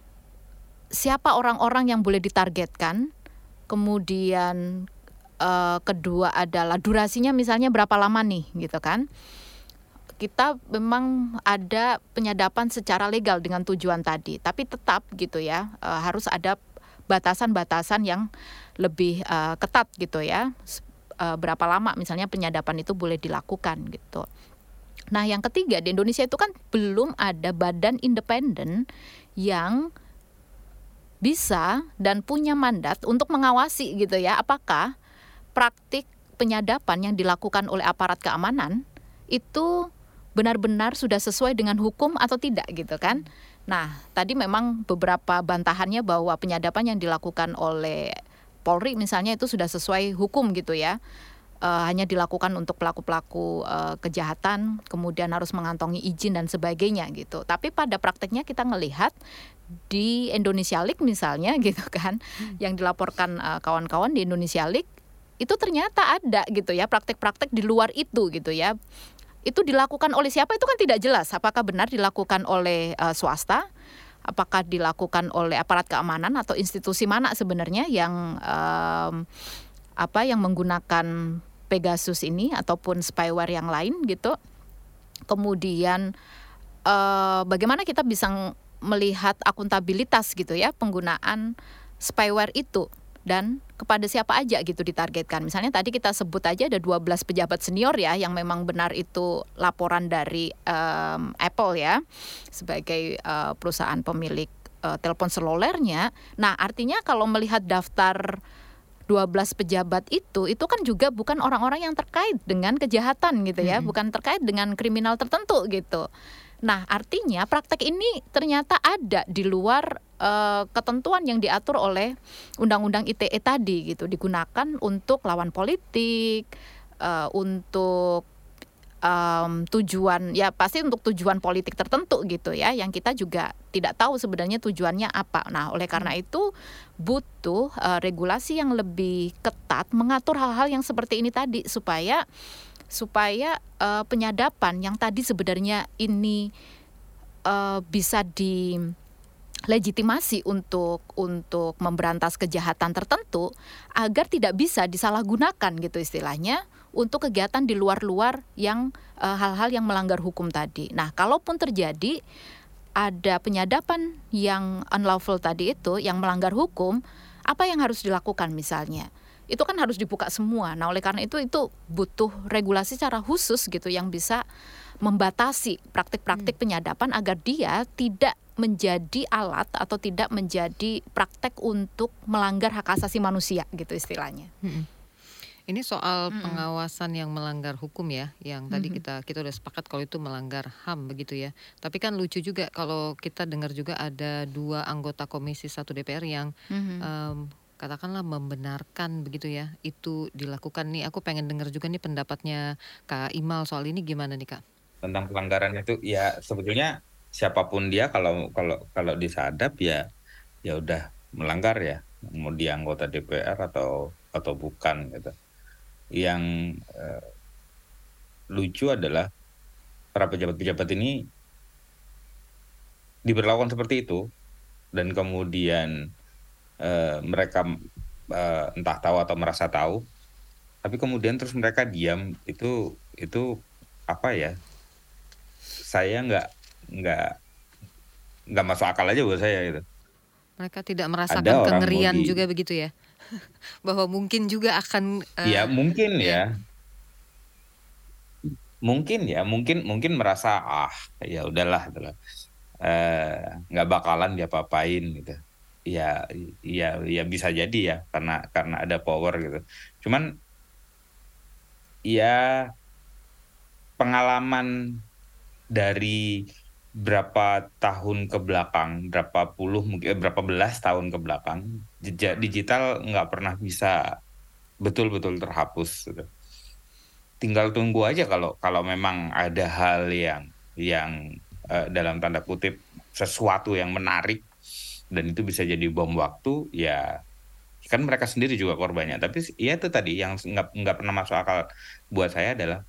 S4: siapa orang-orang yang boleh ditargetkan. Kemudian uh, kedua adalah durasinya misalnya berapa lama nih gitu kan. Kita memang ada penyadapan secara legal dengan tujuan tadi, tapi tetap gitu ya e, harus ada batasan-batasan yang lebih e, ketat gitu ya, e, berapa lama misalnya penyadapan itu boleh dilakukan gitu. Nah yang ketiga, di Indonesia itu kan belum ada badan independen yang bisa dan punya mandat untuk mengawasi gitu ya, apakah praktik penyadapan yang dilakukan oleh aparat keamanan itu benar-benar sudah sesuai dengan hukum atau tidak gitu kan. Nah tadi memang beberapa bantahannya bahwa penyadapan yang dilakukan oleh Polri misalnya itu sudah sesuai hukum gitu ya, e, hanya dilakukan untuk pelaku-pelaku e, kejahatan, kemudian harus mengantongi izin dan sebagainya gitu. Tapi pada prakteknya kita ngelihat di Indonesia League misalnya gitu kan, hmm. yang dilaporkan e, kawan-kawan di Indonesia League itu ternyata ada gitu ya praktek-praktek di luar itu gitu ya. Itu dilakukan oleh siapa itu kan tidak jelas. Apakah benar dilakukan oleh uh, swasta, apakah dilakukan oleh aparat keamanan atau institusi mana sebenarnya yang um, apa yang menggunakan Pegasus ini ataupun spyware yang lain gitu. Kemudian uh, bagaimana kita bisa melihat akuntabilitas gitu ya penggunaan spyware itu, dan kepada siapa aja gitu ditargetkan. Misalnya tadi kita sebut aja ada dua belas pejabat senior ya yang memang benar itu laporan dari um, Apple ya sebagai uh, perusahaan pemilik uh, telepon selulernya. Nah, artinya kalau melihat daftar dua belas pejabat itu, itu kan juga bukan orang-orang yang terkait dengan kejahatan gitu ya, mm-hmm. bukan terkait dengan kriminal tertentu gitu. Nah, artinya praktek ini ternyata ada di luar uh, ketentuan yang diatur oleh Undang-Undang I T E tadi gitu, digunakan untuk lawan politik, uh, untuk um, tujuan ya pasti untuk tujuan politik tertentu gitu ya, yang kita juga tidak tahu sebenarnya tujuannya apa. Nah, oleh karena itu butuh uh, regulasi yang lebih ketat mengatur hal-hal yang seperti ini tadi supaya supaya uh, penyadapan yang tadi sebenarnya ini uh, bisa dilegitimasi untuk untuk memberantas kejahatan tertentu agar tidak bisa disalahgunakan gitu istilahnya untuk kegiatan di luar-luar yang uh, hal-hal yang melanggar hukum tadi. Nah, kalaupun terjadi ada penyadapan yang unlawful tadi itu yang melanggar hukum, apa yang harus dilakukan misalnya? Itu kan harus dibuka semua. Nah, oleh karena itu itu butuh regulasi secara khusus gitu yang bisa membatasi praktik-praktik hmm. penyadapan agar dia tidak menjadi alat atau tidak menjadi praktek untuk melanggar hak asasi manusia gitu istilahnya.
S3: Hmm. Ini soal hmm. pengawasan yang melanggar hukum ya, yang tadi hmm. kita kita udah sepakat kalau itu melanggar H A M begitu ya. Tapi kan lucu juga kalau kita dengar juga ada dua anggota Komisi satu D P R yang hmm. um, katakanlah membenarkan begitu ya, itu dilakukan nih. Aku pengen dengar juga nih pendapatnya Kak Imal soal ini gimana nih Kak?
S5: Tentang pelanggaran itu ya sebetulnya siapapun dia kalau kalau kalau disadap ya ya udah melanggar ya, mau dia anggota D P R atau atau bukan gitu. Yang eh, lucu adalah para pejabat-pejabat ini diberlakukan seperti itu dan kemudian Uh, mereka uh, entah tahu atau merasa tahu, tapi kemudian terus mereka diam, itu itu apa ya? Saya nggak nggak nggak masuk akal aja buat saya itu.
S3: Mereka tidak merasakan kengerian di... juga begitu ya, bahwa mungkin juga akan. Uh,
S5: ya mungkin ya. ya, mungkin ya, mungkin mungkin merasa ah ya udahlah, udahlah. Uh, nggak bakalan diapa-apain gitu. Ya, ya, ya bisa jadi ya karena karena ada power gitu. Cuman ya pengalaman dari berapa tahun ke belakang, berapa puluh mungkin berapa belas tahun ke belakang, jejak digital nggak pernah bisa betul-betul terhapus gitu. Tinggal tunggu aja kalau kalau memang ada hal yang yang uh, dalam tanda kutip sesuatu yang menarik dan itu bisa jadi bom waktu, ya kan mereka sendiri juga korbannya. Tapi ya itu tadi yang nggak nggak pernah masuk akal buat saya adalah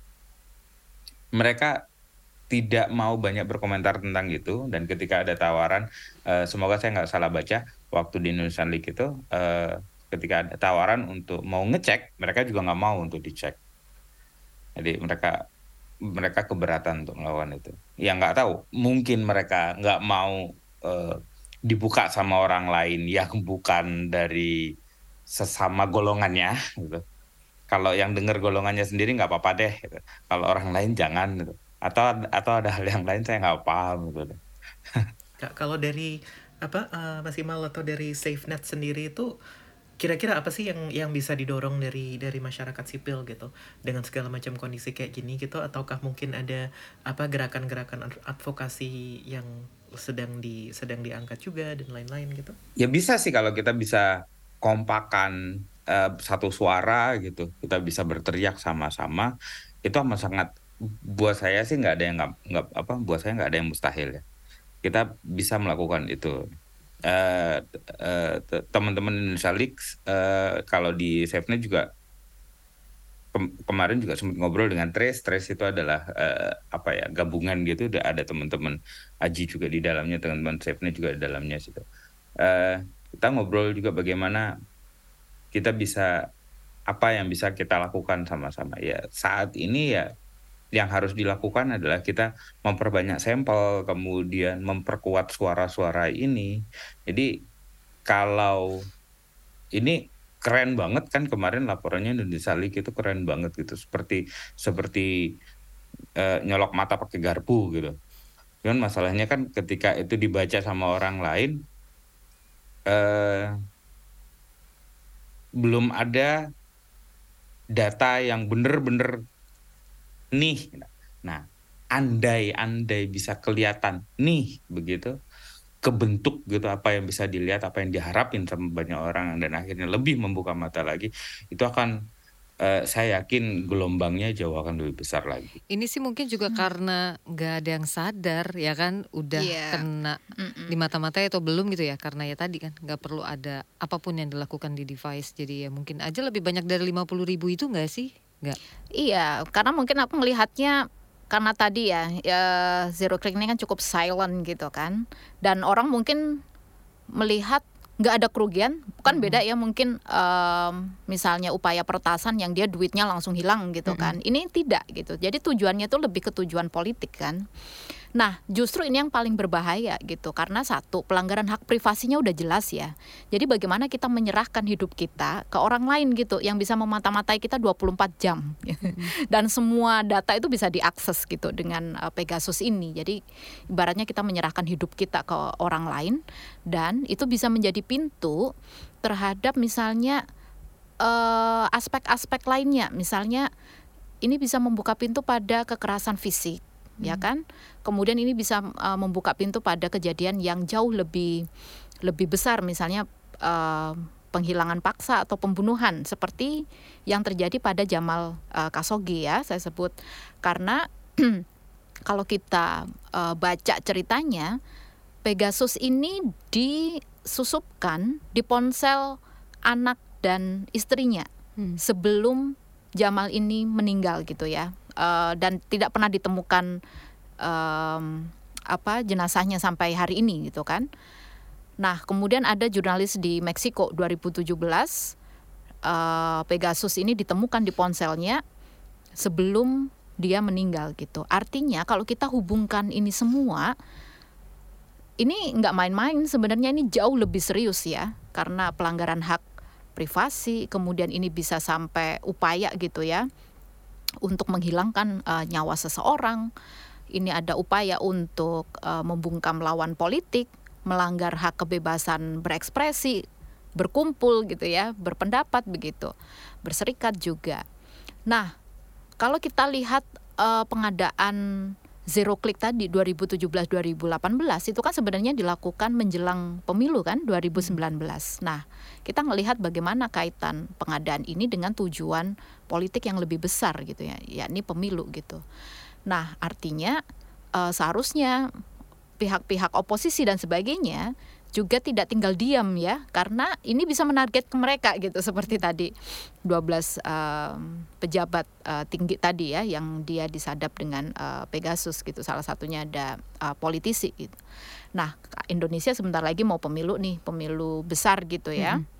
S5: mereka tidak mau banyak berkomentar tentang itu, dan ketika ada tawaran, uh, semoga saya nggak salah baca waktu di Indonesian League itu, uh, ketika ada tawaran untuk mau ngecek, mereka juga nggak mau untuk dicek. Jadi mereka mereka keberatan untuk melawan itu. Ya nggak tahu, mungkin mereka nggak mau uh, dibuka sama orang lain yang bukan dari sesama golongannya gitu. Kalau yang dengar golongannya sendiri nggak apa-apa deh gitu. Kalau orang lain jangan gitu. Atau atau ada hal yang lain saya nggak paham gitu.
S2: Kak, kalau dari apa uh, Mas Imal atau dari SafeNet sendiri itu kira-kira apa sih yang yang bisa didorong dari dari masyarakat sipil gitu dengan segala macam kondisi kayak gini gitu, ataukah mungkin ada apa gerakan-gerakan advokasi yang sedang di sedang diangkat juga dan lain-lain gitu?
S5: Ya bisa sih kalau kita bisa kompakan uh, satu suara gitu, kita bisa berteriak sama-sama, itu amat sangat, buat saya sih nggak ada yang nggak nggak apa buat saya nggak ada yang mustahil ya. Kita bisa melakukan itu. Uh, uh, teman-teman Indonesia League uh, kalau di SafeNet juga Kem- kemarin juga sempat ngobrol dengan Trace. Trace itu adalah uh, apa ya gabungan gitu, udah ada teman-teman Aji juga di dalamnya, teman-teman SafeNet juga di dalamnya situ. Uh, kita ngobrol juga bagaimana kita bisa, apa yang bisa kita lakukan sama-sama. Ya saat ini ya yang harus dilakukan adalah kita memperbanyak sampel, kemudian memperkuat suara-suara ini. Jadi kalau ini keren banget kan kemarin laporannya Indonesia League itu keren banget gitu, seperti seperti uh, nyolok mata pakai garpu gitu. Cuman masalahnya kan ketika itu dibaca sama orang lain, uh, belum ada data yang bener-bener nih. Nah, andai-andai bisa kelihatan nih begitu, kebentuk gitu apa yang bisa dilihat, apa yang diharapin sama banyak orang, dan akhirnya lebih membuka mata lagi, itu akan uh, saya yakin gelombangnya jauh akan lebih besar lagi.
S3: Ini sih mungkin juga hmm. karena nggak ada yang sadar ya kan udah yeah. kena Mm-mm. di mata-mata atau belum gitu ya, karena ya tadi kan nggak perlu ada apapun yang dilakukan di device, jadi ya mungkin aja lebih banyak dari lima puluh ribu itu nggak sih? Nggak.
S4: Iya, karena mungkin aku melihatnya karena tadi ya, ya zero click ini kan cukup silent gitu kan, dan orang mungkin melihat nggak ada kerugian, kan beda ya mungkin um, misalnya upaya peretasan yang dia duitnya langsung hilang gitu kan, mm-hmm. ini tidak gitu, jadi tujuannya tuh lebih ke tujuan politik kan. Nah justru ini yang paling berbahaya gitu, karena satu, pelanggaran hak privasinya udah jelas ya, jadi bagaimana kita menyerahkan hidup kita ke orang lain gitu, yang bisa memata-matai kita dua puluh empat jam mm-hmm. dan semua data itu bisa diakses gitu dengan uh, Pegasus ini. Jadi ibaratnya kita menyerahkan hidup kita ke orang lain, dan itu bisa menjadi pintu terhadap misalnya uh, aspek-aspek lainnya, misalnya ini bisa membuka pintu pada kekerasan fisik, hmm. ya kan? Kemudian ini bisa uh, membuka pintu pada kejadian yang jauh lebih lebih besar, misalnya uh, penghilangan paksa atau pembunuhan seperti yang terjadi pada Jamal uh, Khashoggi ya, saya sebut, karena kalau kita uh, baca ceritanya, Pegasus ini disusupkan di ponsel anak dan istrinya hmm. sebelum Jamal ini meninggal gitu ya, uh, dan tidak pernah ditemukan um, apa jenazahnya sampai hari ini gitu kan. Nah kemudian ada jurnalis di Meksiko dua ribu tujuh belas, uh, Pegasus ini ditemukan di ponselnya sebelum dia meninggal gitu. Artinya kalau kita hubungkan ini semua, ini nggak main-main sebenarnya, ini jauh lebih serius ya, karena pelanggaran hak privasi, kemudian ini bisa sampai upaya gitu ya untuk menghilangkan uh, nyawa seseorang. Ini ada upaya untuk uh, membungkam lawan politik, melanggar hak kebebasan berekspresi, berkumpul gitu ya, berpendapat begitu, berserikat juga. Nah, kalau kita lihat uh, pengadaan zero click tadi dua ribu tujuh belas dua ribu delapan belas itu kan sebenarnya dilakukan menjelang pemilu kan dua ribu sembilan belas. Nah, kita melihat bagaimana kaitan pengadaan ini dengan tujuan politik yang lebih besar gitu ya, yakni pemilu gitu. Nah, artinya uh, seharusnya pihak-pihak oposisi dan sebagainya juga tidak tinggal diam ya, karena ini bisa menarget ke mereka gitu, seperti tadi dua belas uh, pejabat uh, tinggi tadi ya yang dia disadap dengan uh, Pegasus gitu, salah satunya ada uh, politisi gitu. Nah Indonesia sebentar lagi mau pemilu nih, pemilu besar gitu ya, hmm.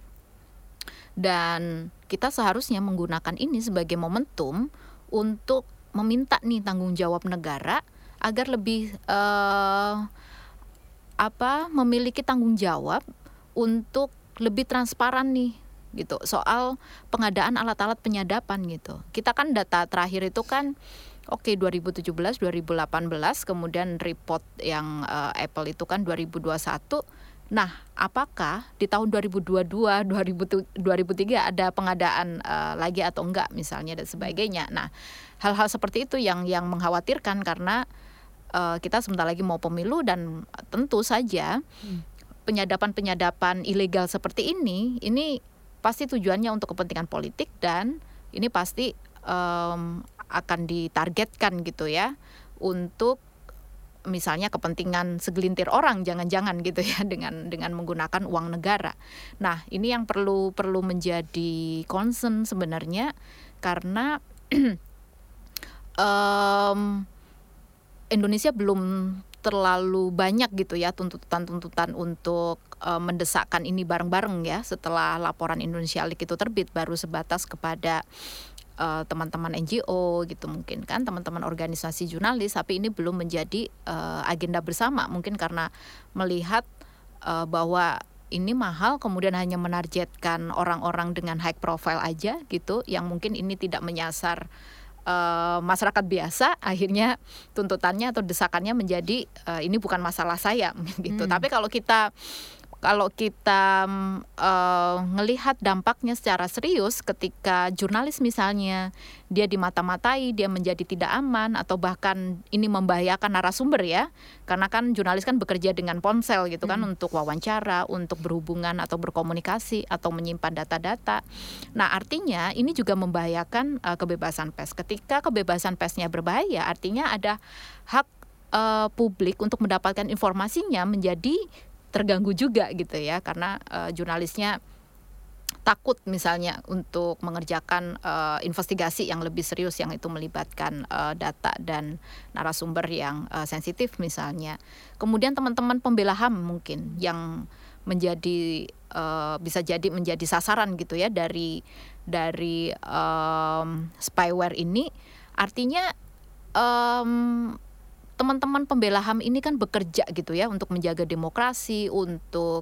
S4: dan kita seharusnya menggunakan ini sebagai momentum untuk meminta nih tanggung jawab negara agar lebih uh, apa memiliki tanggung jawab untuk lebih transparan nih gitu soal pengadaan alat-alat penyadapan gitu. Kita kan data terakhir itu kan oke okay, dua ribu tujuh belas dua ribu delapan belas, kemudian report yang uh, Apple itu kan dua ribu dua puluh satu. Nah, apakah di tahun dua ribu dua puluh dua dua ribu dua ribu tiga ada pengadaan uh, lagi atau enggak misalnya dan sebagainya. Nah, hal-hal seperti itu yang yang mengkhawatirkan, karena Uh, kita sebentar lagi mau pemilu, dan tentu saja hmm. penyadapan-penyadapan ilegal seperti ini, ini pasti tujuannya untuk kepentingan politik, dan ini pasti um, akan ditargetkan gitu ya untuk misalnya kepentingan segelintir orang, jangan-jangan gitu ya, dengan dengan menggunakan uang negara. Nah ini yang perlu perlu menjadi concern sebenarnya, karena um, Indonesia belum terlalu banyak gitu ya tuntutan-tuntutan untuk uh, mendesakkan ini bareng-bareng ya. Setelah laporan Indonesia League itu terbit, baru sebatas kepada uh, teman-teman N G O gitu mungkin kan, teman-teman organisasi jurnalis, tapi ini belum menjadi uh, agenda bersama, mungkin karena melihat uh, bahwa ini mahal, kemudian hanya menargetkan orang-orang dengan high profile aja gitu, yang mungkin ini tidak menyasar uh, masyarakat biasa, akhirnya tuntutannya atau desakannya menjadi uh, ini bukan masalah saya gitu. Hmm. Tapi kalau kita Kalau kita uh, ngelihat dampaknya secara serius ketika jurnalis misalnya dia dimata-matai, dia menjadi tidak aman atau bahkan ini membahayakan narasumber ya, karena kan jurnalis kan bekerja dengan ponsel gitu kan, hmm. untuk wawancara, untuk berhubungan atau berkomunikasi atau menyimpan data-data. Nah artinya ini juga membahayakan uh, kebebasan pers. Ketika kebebasan persnya berbahaya, artinya ada hak uh, publik untuk mendapatkan informasinya menjadi terganggu juga gitu ya, karena uh, jurnalisnya takut misalnya untuk mengerjakan uh, investigasi yang lebih serius yang itu melibatkan uh, data dan narasumber yang uh, sensitif misalnya. Kemudian teman-teman pembela H A M mungkin yang menjadi uh, bisa jadi menjadi sasaran gitu ya dari dari um, spyware ini, artinya um, teman-teman pembela H A M ini kan bekerja gitu ya untuk menjaga demokrasi, untuk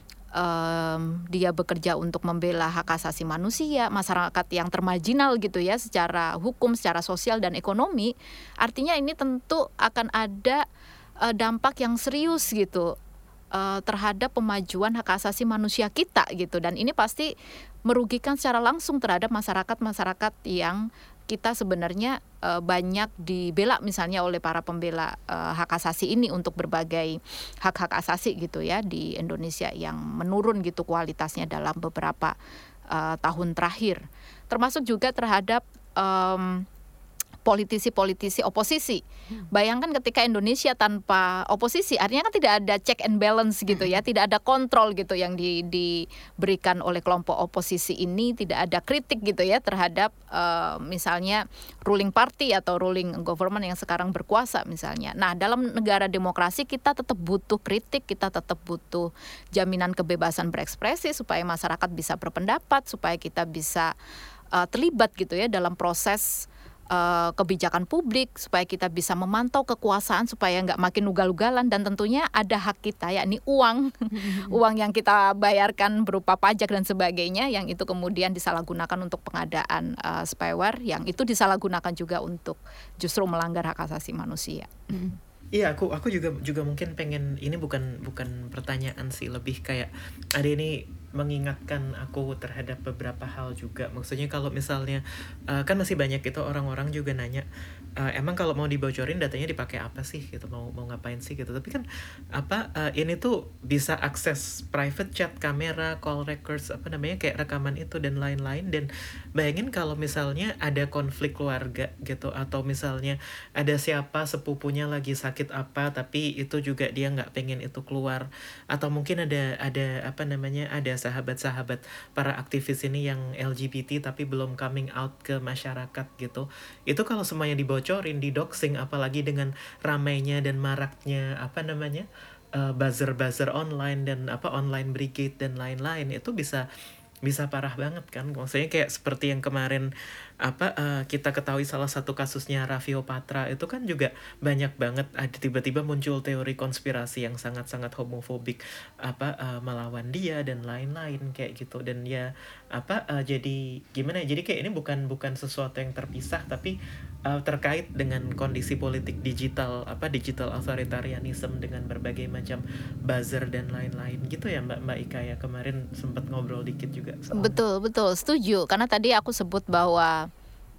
S4: um, dia bekerja untuk membela hak asasi manusia, masyarakat yang termarginal gitu ya secara hukum, secara sosial dan ekonomi. Artinya ini tentu akan ada uh, dampak yang serius gitu uh, terhadap pemajuan hak asasi manusia kita gitu, dan ini pasti merugikan secara langsung terhadap masyarakat-masyarakat yang kita sebenarnya uh, banyak dibela misalnya oleh para pembela uh, hak asasi ini untuk berbagai hak-hak asasi gitu ya di Indonesia yang menurun gitu kualitasnya dalam beberapa uh, tahun terakhir, termasuk juga terhadap um, politisi-politisi oposisi. Bayangkan ketika Indonesia tanpa oposisi, artinya kan tidak ada check and balance gitu ya, tidak ada kontrol gitu yang di, diberikan oleh kelompok oposisi ini, tidak ada kritik gitu ya terhadap uh, misalnya ruling party atau ruling government yang sekarang berkuasa misalnya. Nah, dalam negara demokrasi kita tetap butuh kritik, kita tetap butuh jaminan kebebasan berekspresi supaya masyarakat bisa berpendapat, supaya kita bisa uh, terlibat gitu ya dalam proses Uh, kebijakan publik, supaya kita bisa memantau kekuasaan supaya nggak makin ugal-ugalan, dan tentunya ada hak kita yakni uang uang yang kita bayarkan berupa pajak dan sebagainya yang itu kemudian disalahgunakan untuk pengadaan uh, spyware yang itu disalahgunakan juga untuk justru melanggar hak asasi manusia.
S2: Iya, aku aku juga juga mungkin pengen, ini bukan bukan pertanyaan sih, lebih kayak ada ini mengingatkan aku terhadap beberapa hal juga. Maksudnya kalau misalnya uh, kan masih banyak itu orang-orang juga nanya, uh, emang kalau mau dibocorin datanya dipakai apa sih gitu, mau mau ngapain sih gitu. Tapi kan apa uh, ini tuh bisa akses private chat, kamera, call records, apa namanya kayak rekaman itu dan lain-lain. Dan bayangin kalau misalnya ada konflik keluarga gitu, atau misalnya ada siapa sepupunya lagi sakit apa tapi itu juga dia nggak pengen itu keluar, atau mungkin ada ada apa namanya ada sahabat-sahabat para aktivis ini yang L G B T tapi belum coming out ke masyarakat gitu. Itu kalau semuanya dibocorin, didoxing, apalagi dengan ramainya dan maraknya apa namanya uh, buzzer-buzzer online dan apa online brigade dan lain-lain, itu bisa bisa parah banget kan. Maksudnya kayak seperti yang kemarin apa uh, kita ketahui salah satu kasusnya Raffio Patra itu kan juga banyak banget ada tiba-tiba muncul teori konspirasi yang sangat-sangat homofobik apa uh, melawan dia dan lain-lain kayak gitu. Dan ya apa uh, jadi gimana ya, jadi kayak ini bukan bukan sesuatu yang terpisah tapi uh, terkait dengan kondisi politik digital, apa digital authoritarianism dengan berbagai macam buzzer dan lain-lain gitu ya Mbak Mbak Ika ya, kemarin sempat ngobrol dikit juga soal.
S4: Betul betul setuju, karena tadi aku sebut bahwa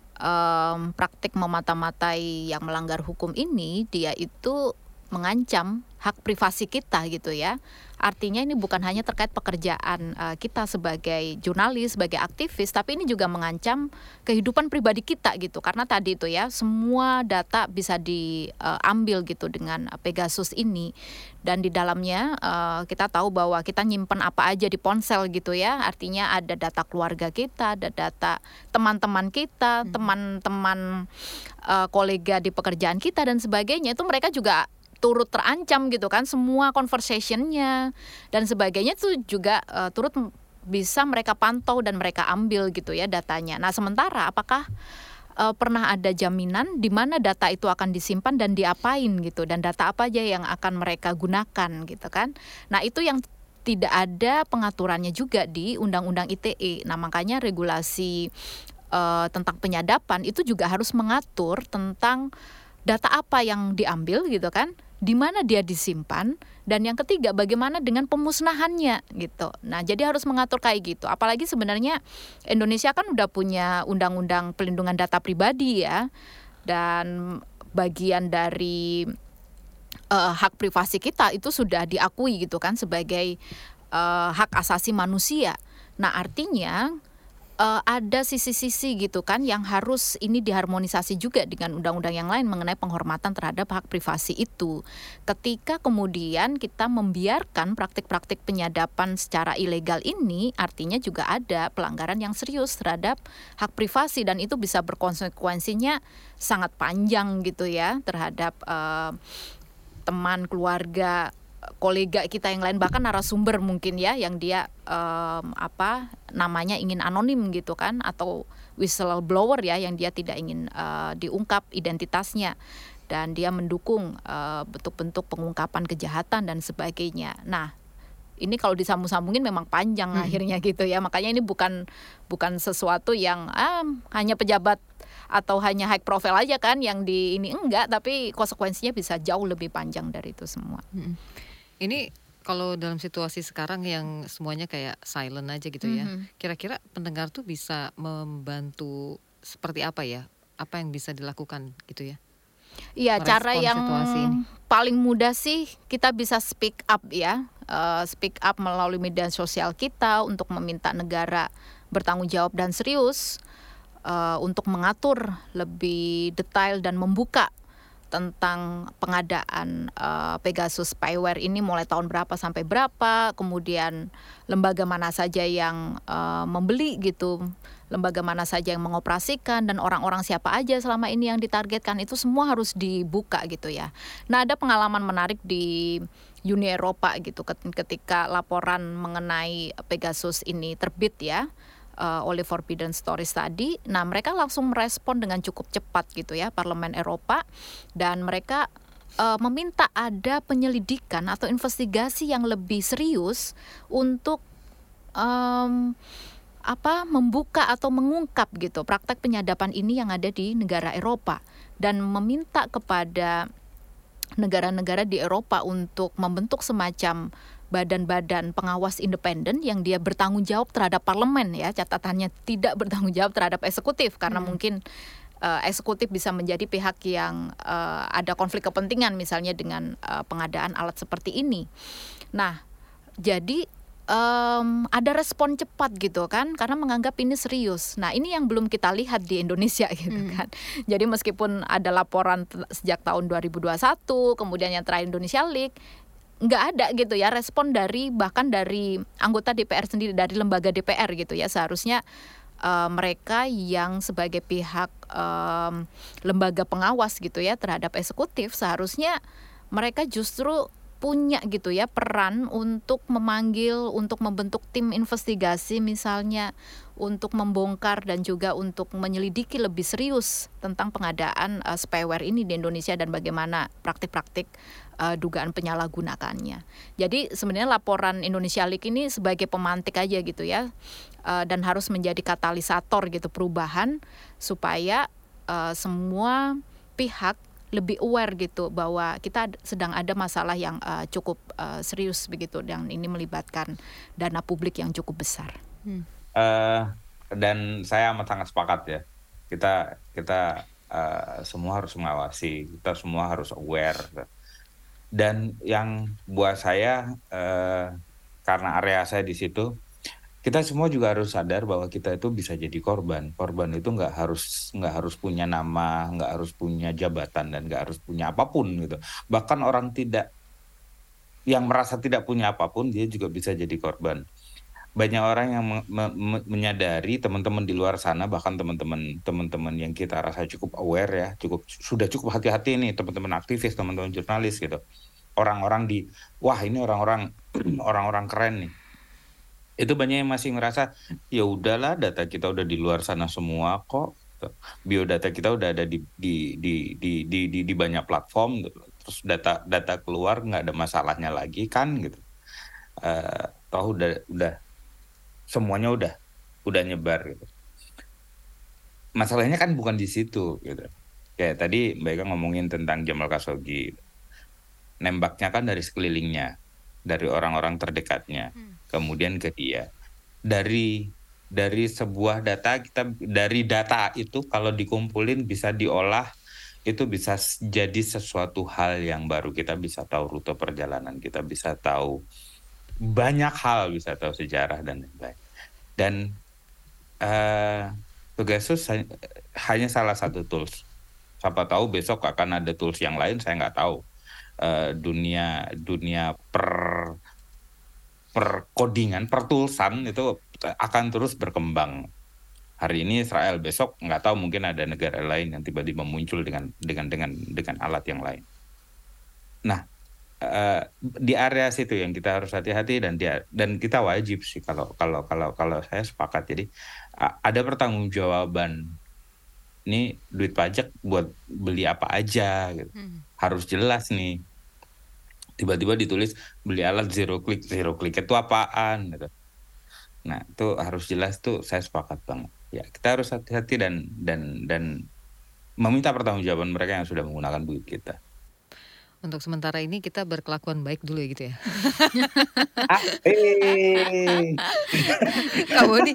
S4: um, praktik memata-matai yang melanggar hukum ini dia itu mengancam hak privasi kita gitu ya. Artinya ini bukan hanya terkait pekerjaan uh, kita sebagai jurnalis, sebagai aktivis, tapi ini juga mengancam kehidupan pribadi kita gitu. Karena tadi itu ya, semua data bisa diambil uh, gitu dengan Pegasus ini. Dan di dalamnya uh, kita tahu bahwa kita nyimpen apa aja di ponsel gitu ya. Artinya ada data keluarga kita, ada data teman-teman kita, hmm. teman-teman uh, kolega di pekerjaan kita dan sebagainya. Itu mereka juga turut terancam gitu kan, semua conversationnya dan sebagainya itu juga uh, turut bisa mereka pantau dan mereka ambil gitu ya datanya. Nah sementara apakah uh, pernah ada jaminan di mana data itu akan disimpan dan diapain gitu, dan data apa aja yang akan mereka gunakan gitu kan. Nah itu yang tidak ada pengaturannya juga di Undang-Undang I T E. Nah, makanya regulasi uh, tentang penyadapan itu juga harus mengatur tentang data apa yang diambil gitu kan, di mana dia disimpan, dan yang ketiga bagaimana dengan pemusnahannya gitu. Nah, jadi harus mengatur kayak gitu. Apalagi sebenarnya Indonesia kan udah punya undang-undang pelindungan data pribadi ya, dan bagian dari uh, hak privasi kita itu sudah diakui gitu kan sebagai uh, hak asasi manusia. Nah, artinya uh, ada sisi-sisi gitu kan yang harus ini diharmonisasi juga dengan undang-undang yang lain mengenai penghormatan terhadap hak privasi itu. Ketika kemudian kita membiarkan praktik-praktik penyadapan secara ilegal ini, artinya juga ada pelanggaran yang serius terhadap hak privasi, dan itu bisa berkonsekuensinya sangat panjang gitu ya terhadap uh, teman, keluarga, kolega kita yang lain, bahkan narasumber mungkin ya yang dia um, apa namanya ingin anonim gitu kan, atau whistleblower ya yang dia tidak ingin uh, diungkap identitasnya, dan dia mendukung uh, bentuk-bentuk pengungkapan kejahatan dan sebagainya. Nah, ini kalau disambung-sambungin memang panjang hmm. akhirnya gitu ya. Makanya ini bukan bukan sesuatu yang ah, hanya pejabat atau hanya high profile aja kan yang di ini, enggak, tapi konsekuensinya bisa jauh lebih panjang dari itu semua.
S3: Hmm. Ini kalau dalam situasi sekarang yang semuanya kayak silent aja gitu ya, mm-hmm. kira-kira pendengar tuh bisa membantu seperti apa ya? Apa yang bisa dilakukan gitu ya?
S4: Iya, cara yang paling mudah sih kita bisa speak up ya, uh, speak up melalui media sosial kita untuk meminta negara bertanggung jawab dan serius uh, untuk mengatur lebih detail dan membuka tentang pengadaan uh, Pegasus spyware ini mulai tahun berapa sampai berapa, kemudian lembaga mana saja yang uh, membeli gitu, lembaga mana saja yang mengoperasikan, dan orang-orang siapa aja selama ini yang ditargetkan, itu semua harus dibuka gitu ya. Nah, ada pengalaman menarik di Uni Eropa gitu ketika laporan mengenai Pegasus ini terbit ya, Uh, oleh Forbidden Stories tadi. Nah, mereka langsung merespon dengan cukup cepat gitu ya, Parlemen Eropa, dan mereka uh, meminta ada penyelidikan atau investigasi yang lebih serius untuk um, apa membuka atau mengungkap gitu praktek penyadapan ini yang ada di negara Eropa, dan meminta kepada negara-negara di Eropa untuk membentuk semacam badan-badan pengawas independen yang dia bertanggung jawab terhadap parlemen ya, catatannya tidak bertanggung jawab terhadap eksekutif, karena hmm. mungkin uh, eksekutif bisa menjadi pihak yang uh, ada konflik kepentingan misalnya dengan uh, pengadaan alat seperti ini. Nah, jadi um, ada respon cepat gitu kan, karena menganggap ini serius. Nah, ini yang belum kita lihat di Indonesia gitu hmm. kan. Jadi meskipun ada laporan t- sejak tahun dua ribu dua puluh satu, kemudian yang terakhir Indonesia Leak, nggak ada gitu ya respon dari bahkan dari anggota D P R sendiri, dari lembaga D P R gitu ya. Seharusnya uh, mereka yang sebagai pihak um, lembaga pengawas gitu ya terhadap eksekutif, seharusnya mereka justru punya gitu ya peran untuk memanggil, untuk membentuk tim investigasi misalnya, untuk membongkar dan juga untuk menyelidiki lebih serius tentang pengadaan uh, spyware ini di Indonesia dan bagaimana praktik-praktik Uh, dugaan penyalahgunakannya. Jadi sebenarnya laporan Indonesia Leak ini sebagai pemantik aja gitu ya, uh, dan harus menjadi katalisator gitu perubahan supaya uh, semua pihak lebih aware gitu bahwa kita sedang ada masalah yang uh, cukup uh, serius begitu, dan ini melibatkan dana publik yang cukup besar.
S5: Hmm. Uh, dan saya amat sangat sepakat ya. Kita kita uh, semua harus mengawasi, kita semua harus aware. Dan yang buat saya eh, karena area saya di situ, kita semua juga harus sadar bahwa kita itu bisa jadi korban. Korban itu nggak harus nggak harus punya nama, nggak harus punya jabatan, dan nggak harus punya apapun gitu. Bahkan orang tidak yang merasa tidak punya apapun, dia juga bisa jadi korban. Banyak orang yang me- me- menyadari, teman-teman di luar sana, bahkan teman-teman teman-teman yang kita rasa cukup aware ya, cukup sudah cukup hati-hati nih, teman-teman aktivis, teman-teman jurnalis gitu. Orang-orang di wah ini orang-orang orang-orang keren nih. Itu banyak yang masih ngerasa ya udahlah, data kita udah di luar sana semua kok. Biodata kita udah ada di di di di di di, di banyak platform, terus data data keluar nggak ada masalahnya lagi kan gitu. Uh, toh udah udah semuanya udah udah nyebar gitu. Masalahnya kan bukan di situ gitu. Kayak tadi Mbak Eka ngomongin tentang Jamal Khashoggi, nembaknya kan dari sekelilingnya, dari orang-orang terdekatnya, kemudian ke dia. Dari dari sebuah data kita dari data itu kalau dikumpulin bisa diolah, itu bisa s- jadi sesuatu hal yang baru. Kita bisa tahu rute perjalanan, kita bisa tahu banyak hal, bisa tahu sejarah dan lain-lain. Dan eh Pegasus ha- hanya salah satu tools. Siapa tahu besok akan ada tools yang lain, saya nggak tahu. Eh, dunia dunia per perkodingan, pertulsan itu akan terus berkembang. Hari ini Israel, besok nggak tahu, mungkin ada negara lain yang tiba-tiba muncul dengan dengan dengan dengan alat yang lain. Nah, eh, di area situ yang kita harus hati-hati, dan dia dan kita wajib sih, kalau kalau kalau kalau saya sepakat. Jadi a- ada pertanggungjawaban. Ini duit pajak buat beli apa aja gitu. Harus jelas nih. Tiba-tiba ditulis beli alat zero click, zero click itu apaan gitu. Nah, itu harus jelas tuh, saya sepakat banget. Ya, kita harus hati-hati dan dan dan meminta pertanggungjawaban mereka yang sudah menggunakan duit kita.
S3: Untuk sementara ini kita berkelakuan baik dulu ya gitu ya.
S5: Ah, eh.
S3: Kamu nih,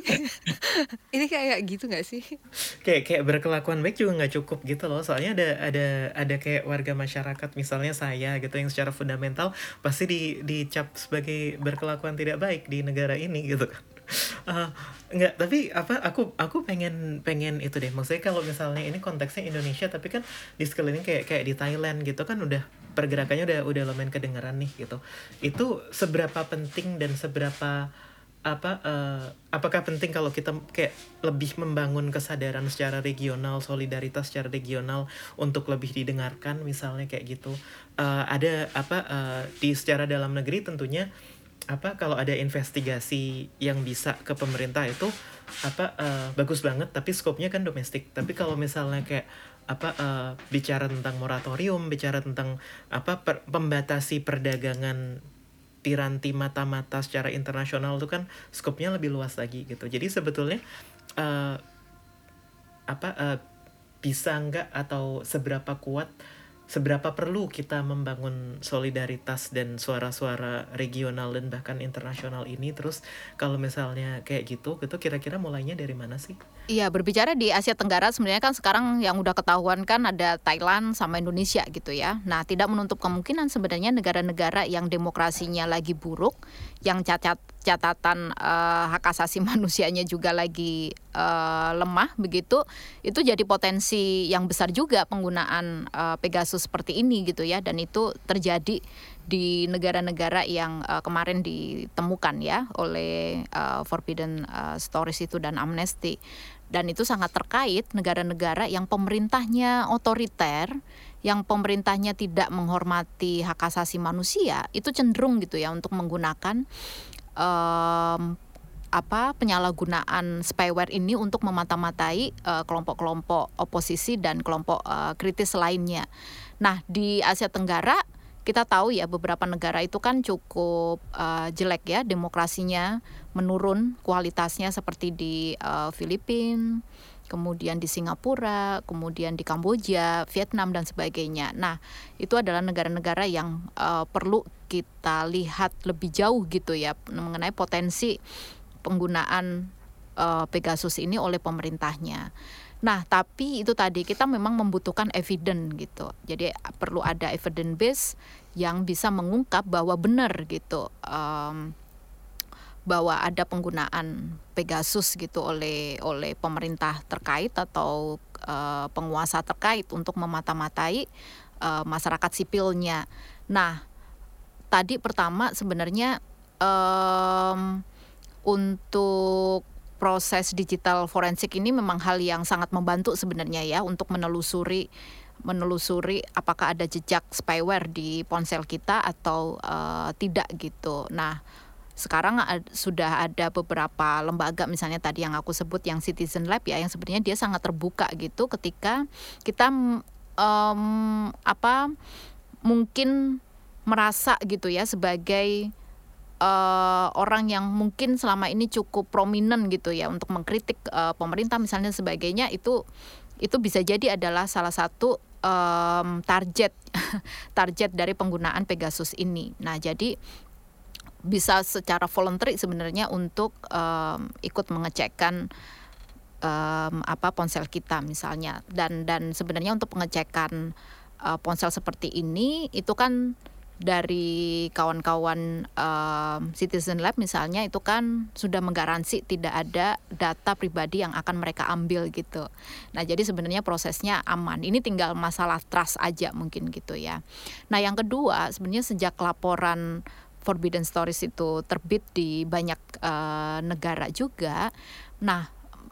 S3: ini kayak gitu nggak sih?
S2: kayak kayak berkelakuan baik juga nggak cukup gitu loh, soalnya ada ada ada kayak warga masyarakat misalnya saya gitu yang secara fundamental pasti di dicap sebagai berkelakuan tidak baik di negara ini gitu kan. Eh, nggak, tapi apa aku aku pengen pengen itu deh, maksudnya kalau misalnya ini konteksnya Indonesia tapi kan di sekeliling kayak kayak di Thailand gitu kan udah pergerakannya udah udah lumayan kedengeran nih gitu. Itu seberapa penting dan seberapa apa eh, apakah penting kalau kita kayak lebih membangun kesadaran secara regional, solidaritas secara regional untuk lebih didengarkan misalnya kayak gitu. Eh, ada apa eh, di secara dalam negeri tentunya apa kalau ada investigasi yang bisa ke pemerintah itu apa eh, bagus banget, tapi skopnya kan domestik. Tapi kalau misalnya kayak apa eh, bicara tentang moratorium, bicara tentang apa per- pembatasi perdagangan piranti mata-mata secara internasional itu kan skopnya lebih luas lagi gitu. Jadi sebetulnya eh, apa eh, bisa nggak atau seberapa kuat, seberapa perlu kita membangun solidaritas dan suara-suara regional dan bahkan internasional ini. Terus kalau misalnya kayak gitu, gitu kira-kira mulainya dari mana sih?
S4: Iya, berbicara di Asia Tenggara sebenarnya kan sekarang yang udah ketahuan kan ada Thailand sama Indonesia gitu ya. Nah, tidak menutup kemungkinan sebenarnya negara-negara yang demokrasinya lagi buruk, yang cacat catatan eh, hak asasi manusianya juga lagi eh, lemah begitu, itu jadi potensi yang besar juga penggunaan eh, Pegasus seperti ini gitu ya. Dan itu terjadi di negara-negara yang eh, kemarin ditemukan ya oleh eh, Forbidden eh, Stories itu dan Amnesty. Dan itu sangat terkait negara-negara yang pemerintahnya otoriter, yang pemerintahnya tidak menghormati hak asasi manusia, itu cenderung gitu ya untuk menggunakan um, apa penyalahgunaan spyware ini untuk memata-matai uh, kelompok-kelompok oposisi dan kelompok uh, kritis lainnya. Nah, di Asia Tenggara kita tahu ya beberapa negara itu kan cukup uh, jelek ya demokrasinya, menurun kualitasnya seperti di uh, Filipina, kemudian di Singapura, kemudian di Kamboja, Vietnam dan sebagainya. Nah, itu adalah negara-negara yang uh, perlu kita lihat lebih jauh gitu ya mengenai potensi penggunaan uh, Pegasus ini oleh pemerintahnya. Nah, tapi itu tadi kita memang membutuhkan evidence gitu. Jadi perlu ada evidence base yang bisa mengungkap bahwa benar gitu um, bahwa ada penggunaan Pegasus gitu oleh oleh pemerintah terkait atau uh, penguasa terkait untuk memata-matai uh, masyarakat sipilnya. Nah, tadi pertama sebenarnya um, untuk proses digital forensik ini memang hal yang sangat membantu sebenarnya ya untuk menelusuri menelusuri apakah ada jejak spyware di ponsel kita atau uh, tidak gitu. Nah, sekarang ad, sudah ada beberapa lembaga misalnya tadi yang aku sebut yang Citizen Lab ya, yang sebenarnya dia sangat terbuka gitu ketika kita um, apa mungkin merasa gitu ya sebagai uh, orang yang mungkin selama ini cukup prominent gitu ya untuk mengkritik uh, pemerintah misalnya sebagainya, itu itu bisa jadi adalah salah satu um, target target dari penggunaan Pegasus ini. Nah, jadi bisa secara voluntary sebenarnya untuk um, ikut mengecekkan um, apa ponsel kita misalnya, dan dan sebenarnya untuk pengecekan uh, ponsel seperti ini itu kan dari kawan-kawan um, Citizen Lab misalnya, itu kan sudah menggaransi tidak ada data pribadi yang akan mereka ambil gitu. Nah, jadi sebenarnya prosesnya aman. Ini tinggal masalah trust aja mungkin gitu ya. Nah, yang kedua sebenarnya sejak laporan Forbidden Stories itu terbit di banyak uh, negara juga. Nah,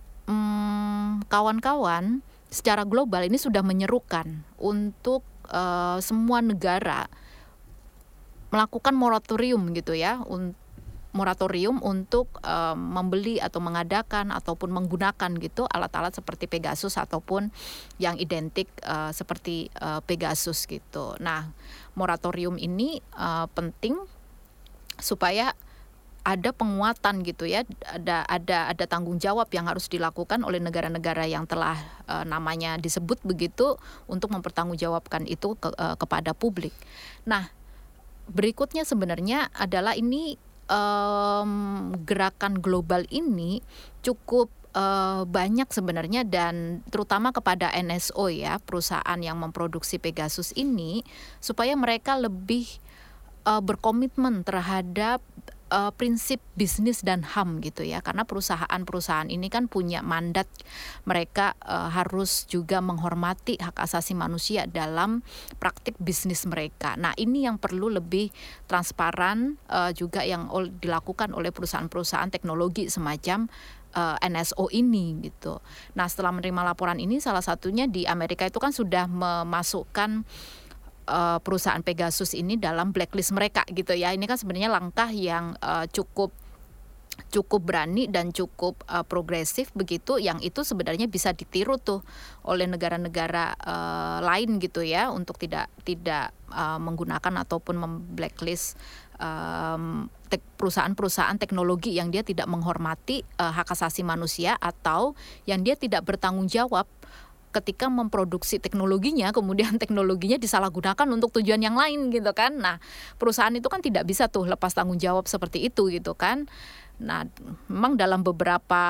S4: hmm, kawan-kawan secara global ini sudah menyerukan untuk uh, semua negara melakukan moratorium gitu ya, un- moratorium untuk um, membeli atau mengadakan ataupun menggunakan gitu alat-alat seperti Pegasus ataupun yang identik uh, seperti uh, Pegasus gitu. Nah, moratorium ini uh, penting supaya ada penguatan gitu ya, ada ada ada tanggung jawab yang harus dilakukan oleh negara-negara yang telah uh, namanya disebut begitu untuk mempertanggungjawabkan itu ke, uh, kepada publik. Nah, berikutnya sebenarnya adalah ini um, gerakan global ini cukup uh, banyak sebenarnya, dan terutama kepada N S O ya, perusahaan yang memproduksi Pegasus ini, supaya mereka lebih uh, berkomitmen terhadap uh, prinsip bisnis dan H A M gitu ya, karena perusahaan-perusahaan ini kan punya mandat, mereka uh, harus juga menghormati hak asasi manusia dalam praktik bisnis mereka. Nah, ini yang perlu lebih transparan uh, juga yang ol- dilakukan oleh perusahaan-perusahaan teknologi semacam uh, N S O ini gitu. Nah, setelah menerima laporan ini, salah satunya di Amerika itu kan sudah memasukkan Uh, perusahaan Pegasus ini dalam blacklist mereka gitu ya. Ini kan sebenarnya langkah yang uh, cukup cukup berani dan cukup uh, progresif begitu, yang itu sebenarnya bisa ditiru tuh oleh negara-negara uh, lain gitu ya, untuk tidak tidak uh, menggunakan ataupun memblacklist um, te- perusahaan-perusahaan teknologi yang dia tidak menghormati uh, hak asasi manusia, atau yang dia tidak bertanggung jawab ketika memproduksi teknologinya, kemudian teknologinya disalahgunakan untuk tujuan yang lain gitu kan. Nah, perusahaan itu kan tidak bisa tuh lepas tanggung jawab seperti itu gitu kan. Nah, memang dalam beberapa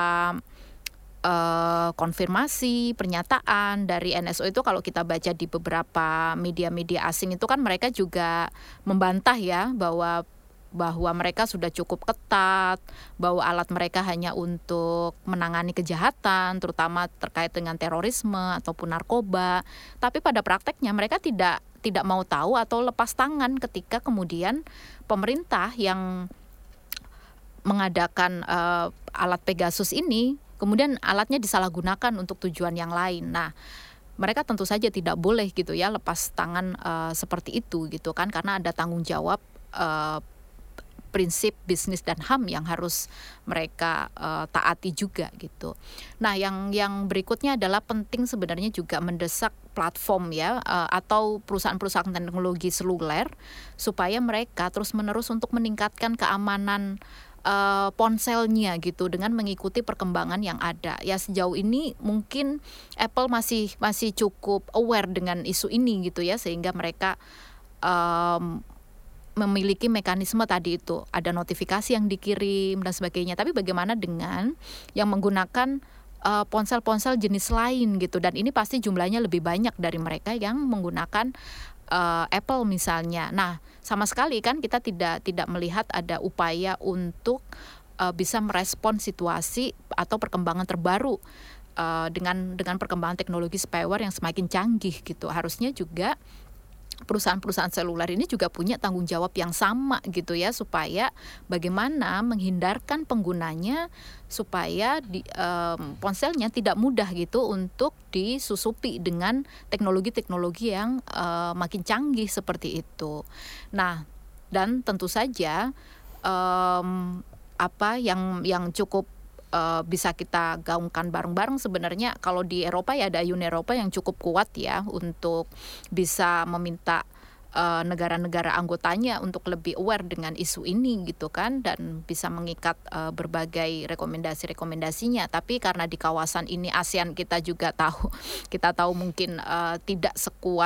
S4: uh, konfirmasi, pernyataan dari N S O itu, kalau kita baca di beberapa media-media asing itu kan mereka juga membantah ya, bahwa bahwa mereka sudah cukup ketat, bahwa alat mereka hanya untuk menangani kejahatan, terutama terkait dengan terorisme ataupun narkoba. Tapi pada prakteknya mereka tidak tidak mau tahu atau lepas tangan ketika kemudian pemerintah yang mengadakan uh, alat Pegasus ini, kemudian alatnya disalahgunakan untuk tujuan yang lain. Nah, mereka tentu saja tidak boleh gitu ya lepas tangan uh, seperti itu gitu kan, karena ada tanggung jawab uh, prinsip bisnis dan H A M yang harus mereka uh, taati juga gitu. Nah, yang yang berikutnya adalah penting sebenarnya juga mendesak platform ya uh, atau perusahaan-perusahaan teknologi seluler supaya mereka terus-menerus untuk meningkatkan keamanan uh, ponselnya gitu dengan mengikuti perkembangan yang ada. Ya, sejauh ini mungkin Apple masih masih cukup aware dengan isu ini gitu ya, sehingga mereka um, memiliki mekanisme tadi itu, ada notifikasi yang dikirim dan sebagainya. Tapi bagaimana dengan yang menggunakan uh, ponsel-ponsel jenis lain gitu, dan ini pasti jumlahnya lebih banyak dari mereka yang menggunakan uh, Apple misalnya. Nah, sama sekali kan kita tidak tidak melihat ada upaya untuk uh, bisa merespon situasi atau perkembangan terbaru uh, dengan dengan perkembangan teknologi spyware yang semakin canggih gitu. Harusnya juga perusahaan-perusahaan seluler ini juga punya tanggung jawab yang sama gitu ya, supaya bagaimana menghindarkan penggunanya supaya di, um, ponselnya tidak mudah gitu untuk disusupi dengan teknologi-teknologi yang uh, makin canggih seperti itu. Nah, dan tentu saja um, apa yang yang cukup Uh, bisa kita gaungkan bareng-bareng sebenarnya, kalau di Eropa ya ada Uni Eropa yang cukup kuat ya untuk bisa meminta uh, negara-negara anggotanya untuk lebih aware dengan isu ini gitu kan, dan bisa mengikat uh, berbagai rekomendasi-rekomendasinya. Tapi karena di kawasan ini ASEAN kita juga tahu kita tahu mungkin uh, tidak sekuat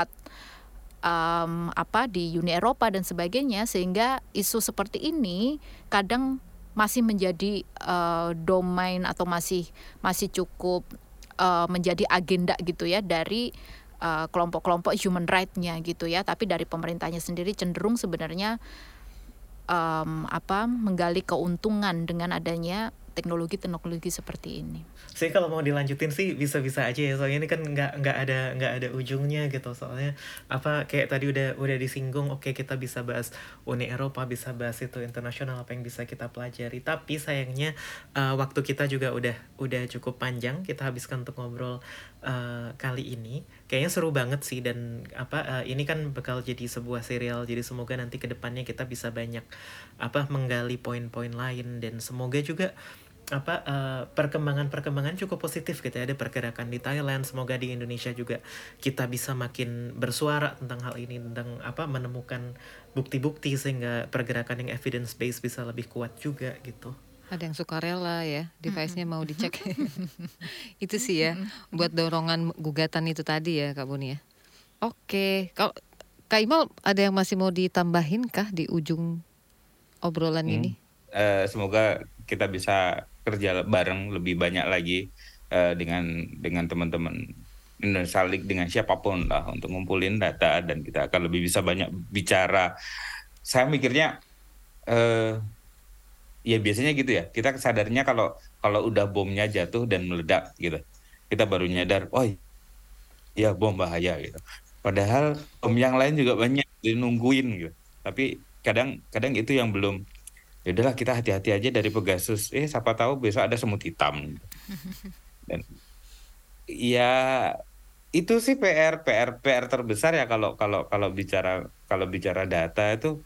S4: um, apa di Uni Eropa dan sebagainya, sehingga isu seperti ini kadang masih menjadi uh, domain atau masih masih cukup uh, menjadi agenda gitu ya dari uh, kelompok-kelompok human right-nya gitu ya. Tapi dari pemerintahnya sendiri cenderung sebenarnya um, apa menggali keuntungan dengan adanya teknologi-teknologi seperti ini.
S2: Sih kalau mau dilanjutin sih bisa-bisa aja ya, soalnya ini kan nggak nggak ada nggak ada ujungnya gitu. Soalnya apa kayak tadi udah udah disinggung, oke kita bisa bahas Uni Eropa, bisa bahas itu internasional, apa yang bisa kita pelajari. Tapi sayangnya uh, waktu kita juga udah udah cukup panjang kita habiskan untuk ngobrol uh, kali ini. Kayaknya seru banget sih, dan apa uh, ini kan bakal jadi sebuah serial. Jadi semoga nanti kedepannya kita bisa banyak apa menggali poin-poin lain, dan semoga juga apa uh, perkembangan-perkembangan cukup positif gitu ya. Ada pergerakan di Thailand, semoga di Indonesia juga kita bisa makin bersuara tentang hal ini, tentang apa menemukan bukti-bukti sehingga pergerakan yang evidence based bisa lebih kuat juga gitu.
S3: Ada yang sukarela ya, device-nya mau dicek. Itu sih ya, buat dorongan gugatan itu tadi ya Kak Boni ya. Oke, kalau Kak Imal ada yang masih mau ditambahin kah di ujung obrolan
S5: Hmm.
S3: ini?
S5: Eh, semoga kita bisa kerja bareng lebih banyak lagi eh, dengan dengan teman-teman Indonesia League, dengan siapapun lah, untuk ngumpulin data, dan kita akan lebih bisa banyak bicara. Saya mikirnya eh, ya biasanya gitu ya, kita kesadarnya kalau kalau udah bomnya jatuh dan meledak gitu, kita baru nyadar, oh iya bom bahaya gitu. Padahal bom yang lain juga banyak dinungguin gitu. Tapi kadang kadang itu yang belum. Ya udahlah, kita hati-hati aja dari Pegasus. Eh siapa tahu besok ada semut hitam. Dan ya itu sih P R P R P R terbesar ya kalau kalau kalau bicara kalau bicara data itu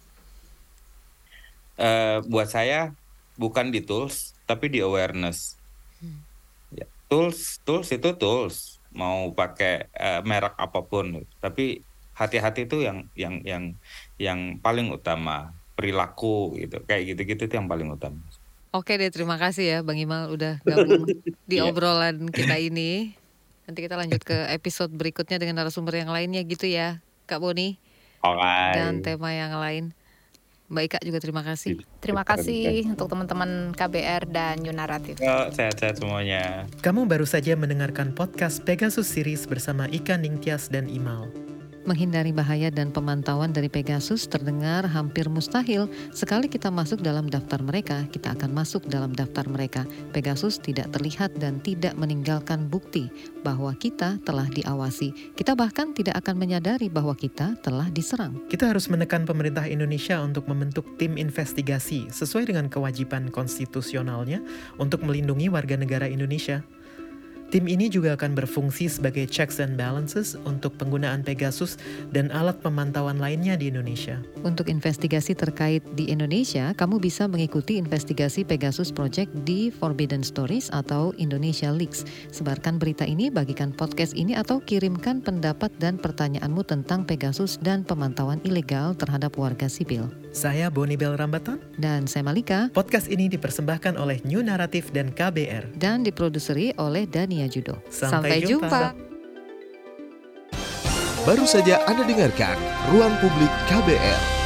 S5: eh, buat saya bukan di tools tapi di awareness. Ya, tools tools itu tools, mau pakai eh, merek apapun, tapi hati-hati itu yang yang yang yang paling utama, perilaku gitu, kayak gitu-gitu itu yang paling utama.
S3: Oke deh, terima kasih ya Bang Imal udah gabung di
S5: Iya.
S3: obrolan kita ini. Nanti kita lanjut ke episode berikutnya dengan narasumber yang lainnya gitu ya Kak Boni, dan
S5: Alright.
S3: tema yang lain. Mbak Ika juga terima kasih.
S4: Terima kasih untuk teman-teman K B R dan New Naratif.
S5: Yo, sehat-sehat semuanya.
S2: Kamu baru saja mendengarkan podcast Pegasus Series bersama Ika Ningtyas dan Imal.
S3: Menghindari bahaya dan pemantauan dari Pegasus terdengar hampir mustahil. Sekali kita masuk dalam daftar mereka, kita akan masuk dalam daftar mereka. Pegasus tidak terlihat dan tidak meninggalkan bukti bahwa kita telah diawasi. Kita bahkan tidak akan menyadari bahwa kita telah diserang.
S2: Kita harus menekan pemerintah Indonesia untuk membentuk tim investigasi sesuai dengan kewajiban konstitusionalnya untuk melindungi warga negara Indonesia. Tim ini juga akan berfungsi sebagai checks and balances untuk penggunaan Pegasus dan alat pemantauan lainnya di Indonesia.
S3: Untuk investigasi terkait di Indonesia, kamu bisa mengikuti investigasi Pegasus Project di Forbidden Stories atau Indonesia Leaks. Sebarkan berita ini, bagikan podcast ini, atau kirimkan pendapat dan pertanyaanmu tentang Pegasus dan pemantauan ilegal terhadap warga sipil.
S2: Saya Boni Bel Rambatan.
S3: Dan saya Malika,
S2: Podcast ini dipersembahkan oleh New Naratif dan K B R.
S3: dan diproduseri oleh Dania Judo.
S2: Sampai jumpa.
S1: Baru saja Anda dengarkan Ruang Publik K B R.